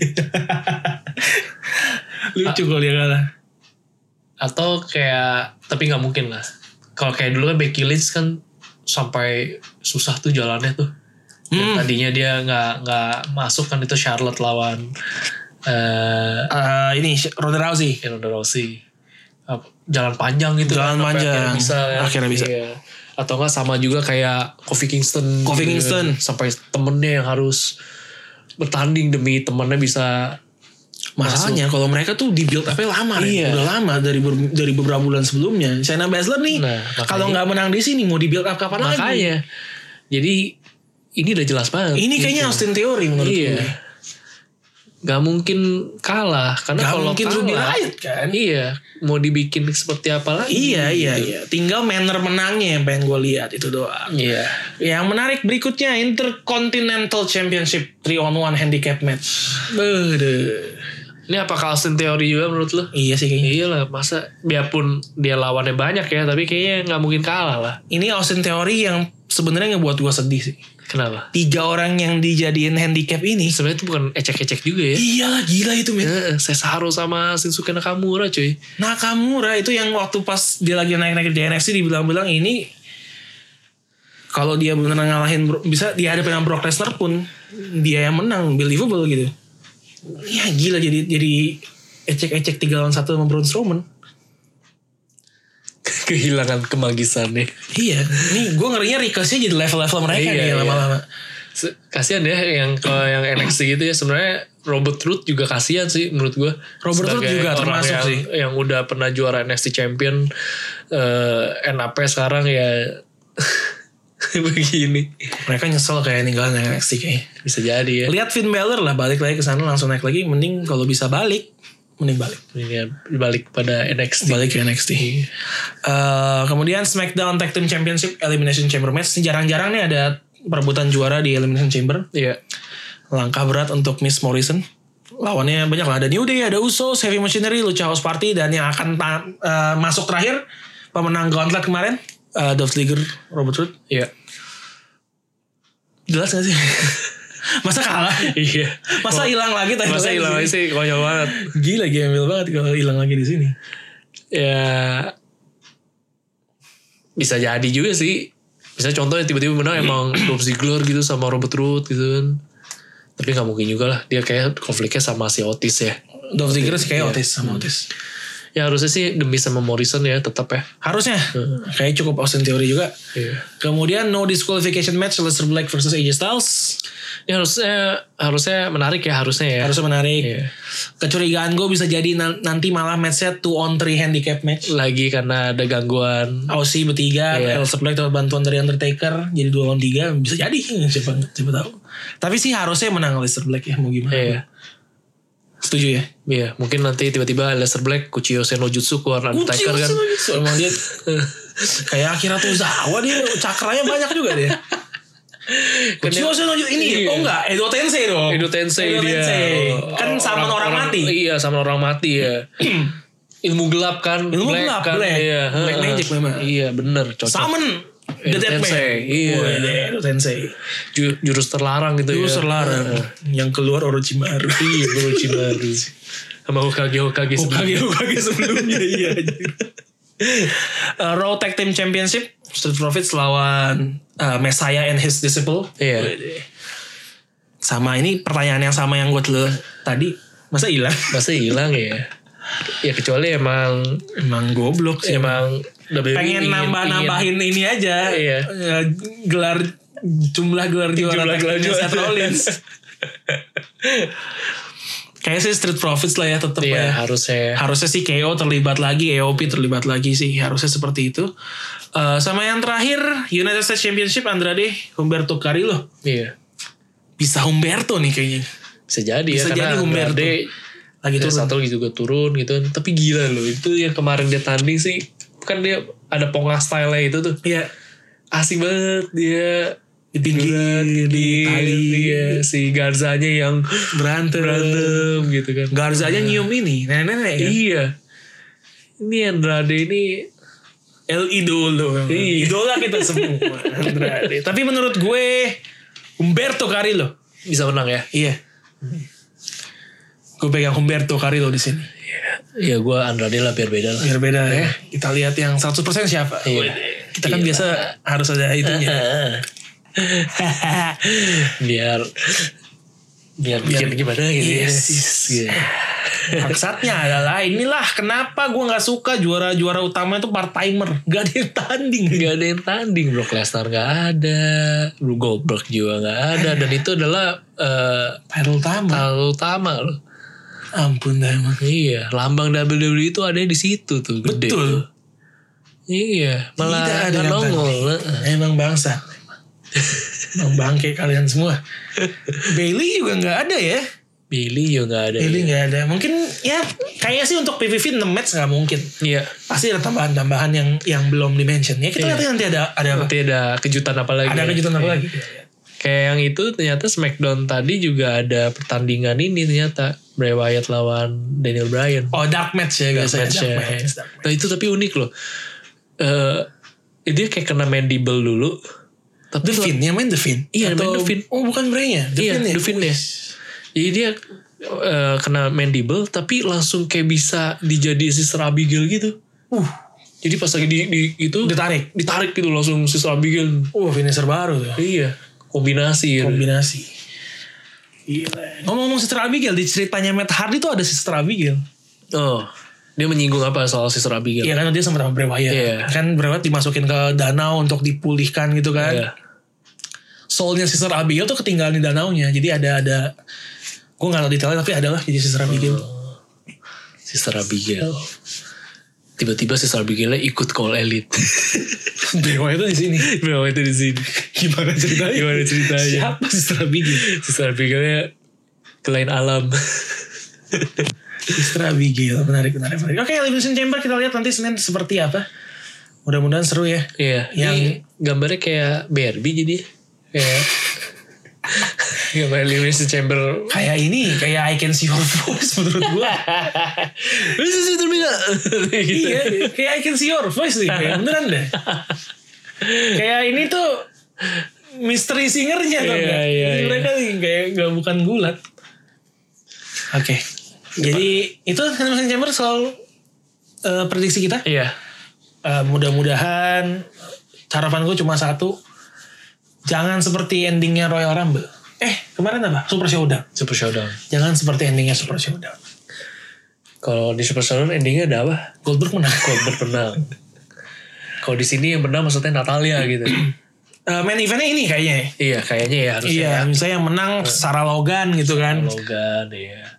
Lucu kalau dia kalah. Atau kayak tapi nggak mungkin lah. Kalau kayak dulu kan Becky Lynch kan sampai susah tuh jalannya tuh. Hmm. Tadinya dia nggak nggak masuk kan itu Charlotte lawan uh, uh, ini Ronda Rousey. Ya, Ronda Rousey. Jalan panjang gitu. Jalan kan, panjang. Akhirnya bisa. Akhirnya bisa. Iya. Atau enggak sama juga kayak Kofi Kingston. Kofi gitu Kingston. kan. Sampai temennya yang harus bertanding demi temennya bisa. Masalahnya kalau mereka tuh di build up-nya lama, Iya. Ren. Udah lama dari ber- dari beberapa bulan sebelumnya. Shayna Baszler nih, Nah, makanya- kalau nggak menang di sini mau di build up kapan lagi? Makanya. Jadi ini udah jelas banget. Ini kayaknya gitu. Austin Theory menurut Iya. gue. Gak mungkin kalah karena Gak kalau mungkin kalah, Ruby Riott kan? Iya, mau dibikin seperti apa lagi? Iya iya gitu. iya. Tinggal manner menangnya yang pengen gue lihat itu doang. Iya. Yang menarik berikutnya Intercontinental Championship three on one handicap match. Beuh. Ini apakah Austin Theory juga menurut lo? Iya sih kayaknya. Iya lah, masa biarpun dia lawannya banyak ya, tapi kayaknya nggak mungkin kalah lah. Ini Austin Theory yang sebenarnya ngebuat gue sedih sih. Kenapa? Tiga orang yang dijadiin handicap ini. Sebenarnya itu bukan ecek-ecek juga ya. Iya gila itu men. Eh, Cesaro sama Shinsuke Nakamura cuy. Nakamura itu yang waktu pas dia lagi naik-naik di N X T dibilang-bilang ini kalau dia benar ngalahin bisa dihadapin sama Brock Lesnar pun dia yang menang, believable gitu. Ya gila jadi jadi ecek-ecek tiga lawan satu sama Braun Strowman. Kehilangan kemagisannya. Iya, nih gue ngerinya Ricochet jadi level-level mereka Iya, nih iya. lama-lama. Se- Kasian ya yang ke yang N X T gitu ya, sebenarnya Robert Roode juga kasihan sih menurut gue. Robert Roode juga orang termasuk yang, sih. yang udah pernah juara N X T Champion, eh N A P sekarang ya begini. Mereka nyesel kayak ninggalin N X T kayaknya. Bisa jadi ya. Lihat Finn Balor lah balik lagi ke sana langsung naik lagi. Mending kalau bisa balik, mending balik. Ini ya, balik pada N X T. Balik ke N X T. Eh, kemudian SmackDown Tag Team Championship Elimination Chamber match. Ini jarang-jarang nih ada perebutan juara di Elimination Chamber. Iya. Langkah berat untuk Miz Morrison. Lawannya banyak lah. Ada New Day, ada Usos, Heavy Machinery, Lucha House Party. Dan yang akan ta- uh, masuk terakhir pemenang Gauntlet kemarin, uh, Dolph Ziggler, Robert Roode. Iya. Jelas gak sih? Masa kalah? Iya. Masa hilang lagi tadi? Masa hilang lagi sih konyol banget. Gila gembel banget kalau hilang lagi di sini. Ya bisa jadi juga sih. Bisa contohnya tiba-tiba menang emang Dolph Ziggler gitu sama Robert Roode gitu kan. Tapi gak mungkin juga lah. Dia kayak konfliknya sama si Otis ya. Dolph Ziggler sih kayak Iya. Otis sama Otis. Ya harusnya sih demi sama Morrison ya tetap ya. Harusnya. Kayak cukup Austin Theory juga. Iya. Kemudian no disqualification match Aleister Black versus A J Styles. Ini harusnya harusnya menarik ya harusnya ya. Harusnya menarik. Iya. Kecurigaan gue bisa jadi na- nanti malah matchnya two on three handicap match. Lagi karena ada gangguan. Aussie bertiga, Iya. Aleister Black dapat bantuan dari Undertaker jadi dua lawan tiga bisa jadi siapa siapa tahu. Tapi sih harusnya menang Aleister Black ya mau gimana. Iya. Setuju ya? Iya, mungkin nanti tiba-tiba Aleister Black Kuchiyose no Jutsu keluar Undertaker kan. Emang dia kayak Akira Tozawa dia cakranya banyak juga dia. Kuchiyose no Jutsu ini Iya. oh enggak Edo Tensei dong. Edo Tensei Edo dia. Tensei. Kan sama orang, mati. Iya, sama orang mati ya. Ilmu gelap kan. Ilmu Black gelap, kan. Black. Iya. Black heeh. magic memang. Iya, bener cocok. Summon The Edo Dead Man. Tensei, iya. Wih, Edo Tensei. Ju- jurus terlarang gitu Jurus ya. terlarang. Yang keluar Orochimaru. Iya, Orochimaru. Sama Hokage Hokage Hokage sebelumnya. Hokage sebelumnya iya anjir. Uh, Raw Tag Team Championship Street Profits lawan uh, Messiah and his disciple. Iya. Sama ini pertanyaan yang sama yang gue dulu tadi. Masa hilang? Masa hilang ya. Ya kecuali emang Emang goblok sih. emang W W E Pengen ingin- nambah-nambahin ini aja. Iya. Uh, gelar jumlah gelar juara Jumlah tag gelar teamnya juara. Seth Rollins. Kayaknya sih Street Profits lah ya tetap Iya, ya. harusnya. Harusnya sih K O terlibat lagi, A O P terlibat lagi sih. Harusnya seperti itu. Uh, sama yang terakhir United States Championship Andrade Humberto Carrillo. Iya. Bisa Humberto nih kayaknya. Bisa jadi Bisa ya jadi karena Humberto. Andrade Lagi ya, turun. satu lagi juga turun gitu kan. Tapi gila loh, itu yang kemarin dia tanding sih, kan dia ada Ponga style-nya itu tuh. Iya. Asik banget dia Dipinggirin, di tali. dia si Garzanya yang Berantem. berantem gitu kan. Garzanya nyium ini. Nenek-nenek ya. Iya. Ini Andrade ini El Idolo. Iya. Idola kita semua. Andrade. Tapi menurut gue Humberto Carrillo. bisa menang ya. Iya. Gue pegang Humberto Carrillo di sini. Iya, gue Andrade lah biar beda lah. Biar beda ya. Kita lihat yang seratus persen siapa. Iya. Kita kan Gila. biasa harus ada itunya. biar biar bikin gimana gitu ya. Yes, yes. Iya. Maksudnya adalah inilah kenapa gue nggak suka juara-juara utama itu part timer, gak ada yang tanding, Gak ada yang tanding. Brock Lesnar gak ada, Bro Goldberg juga gak ada, dan itu adalah uh, title utama. title utama loh. Ampun dah emang. Iya, lambang W W E itu ada di situ tuh, gede. Betul. Tuh. Iya, malah Tidak ada gak yang nongol. tanding. Emang bangsa. Emang bangke kalian semua. Bailey juga nggak ada ya. Bailey juga gak ada. Bailey ya. nggak ada. Mungkin ya kayaknya sih untuk P V V enam match nggak mungkin. Iya. Pasti ada tambahan-tambahan yang yang belum dimention. Ya kita Iya. lihat nanti ada ada apa. Nanti ada kejutan apa lagi. Ada ya. kejutan apa Iya. lagi. Kayak yang itu ternyata Smackdown tadi juga ada pertandingan ini ternyata. Bray Wyatt lawan Daniel Bryan. Oh dark match ya Dark biasanya. match Dark ya. match, dark match. Nah itu tapi unik loh. Eh dia kayak kena mandible dulu. Tapi The Fiend, yang main The Fiend? Iya, Atau, main The Fiend. Oh bukan Bray-nya, The iya, Fiend ya? The Fiend ya. Jadi dia uh, kena mandible tapi langsung kayak bisa dijadiin Sister Abigail gitu. Uh, Jadi pas lagi di, di itu ditarik. ditarik gitu langsung Sister Abigail. Uh, finisher baru tuh. Iya, kombinasi. Kombinasi. Gila. Ngomong-ngomong Sister Abigail, di ceritanya Matt Hardy tuh ada Sister Abigail. Oh, dia menyinggung apa soal Sister Abigail? Iya kan dia sama Bray Wyatt. Iya. Kan Bray Wyatt dimasukin ke danau untuk dipulihkan gitu kan. Iya. Soulnya Sister Abigail tuh ketinggalan di danaunya. Jadi ada ada gue nggak tahu detailnya tapi adalah jadi Sister Abigail. Oh, Sister Abigail. Tiba-tiba Sister Abigail ikut Call Elite. Bray Wyatt tuh di sini. Bray Wyatt di sini. Gimana ceritanya? Gimana ceritanya? Siapa Sister Abigail? Sister Abigailnya ke lain alam. Sister Abigail, menarik, menarik, menarik. Oke, Elimination Chamber kita lihat nanti Senin seperti apa. Mudah-mudahan seru ya. Iya. Yang Ini gambarnya kayak B R B jadi. Kayak gambar Elimination Chamber. kayak ini, kayak I Can See Your Voice menurut gua. This is it Iya, kayak I Can See Your Voice nih, kayak beneran deh. Kayak ini tuh mystery singernya tuh. Iya, iya, iya. Mereka kayak gak bukan gulat. Oke. Jadi itu Elimination Chamber soal uh, prediksi kita. Iya. Uh, mudah-mudahan harapan gue cuma satu. Jangan seperti endingnya Royal Rumble. Eh kemarin apa? Super Showdown. Super Showdown. Jangan seperti endingnya Super Showdown. Kalau di Super Showdown endingnya ada apa? Goldberg menang. Goldberg menang. Kalau di sini yang menang maksudnya Natalia gitu. Uh, main eventnya ini kayaknya ya. Iya kayaknya ya harusnya. Iya, misalnya yang menang Sarah Logan gitu kan. Logan iya.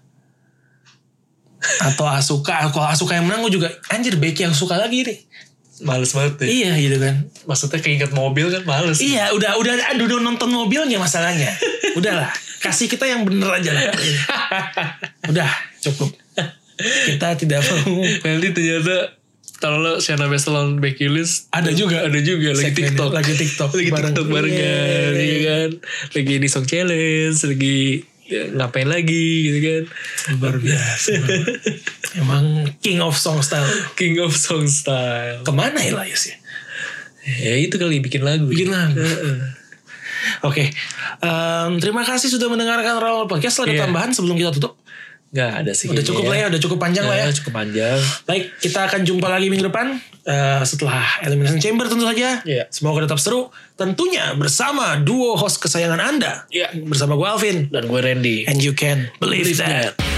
Atau Asuka. Kalau Asuka yang menang gue juga anjir Becky yang suka lagi nih. Males banget deh. Iya gitu kan. Maksudnya keinget mobil kan males. Iya udah udah aduh udah nonton mobilnya masalahnya. Udahlah kasih kita yang bener aja lah. Udah cukup. Kita tidak mau. Nanti ternyata kalau lo Shayna Baszler lawan Becky Lynch Ada juga. ada juga lagi Segmennya, TikTok lagi TikTok lagi bareng. TikTok barengan Yeay. ya kan lagi di song challenge lagi ya, ngapain lagi gitu kan Luar biasa. Emang King of Song Style. King of Song Style. Kemana Elias ya? Ya itu kali bikin lagu. Bikin lagu. Heeh. Oke. Um, terima kasih sudah mendengarkan Raw Podcast. Ada Iya. tambahan sebelum kita tutup? Gak ada sih. Udah kayaknya cukup lah ya. Udah cukup panjang lah ya. Cukup panjang. Baik, kita akan jumpa lagi minggu depan uh, setelah Elimination Chamber tentu saja. Iya. Semoga tetap seru. Tentunya bersama duo host kesayangan Anda. Iya. Bersama gue Alvin. Dan gue Randy. And you can believe, Believe that. that.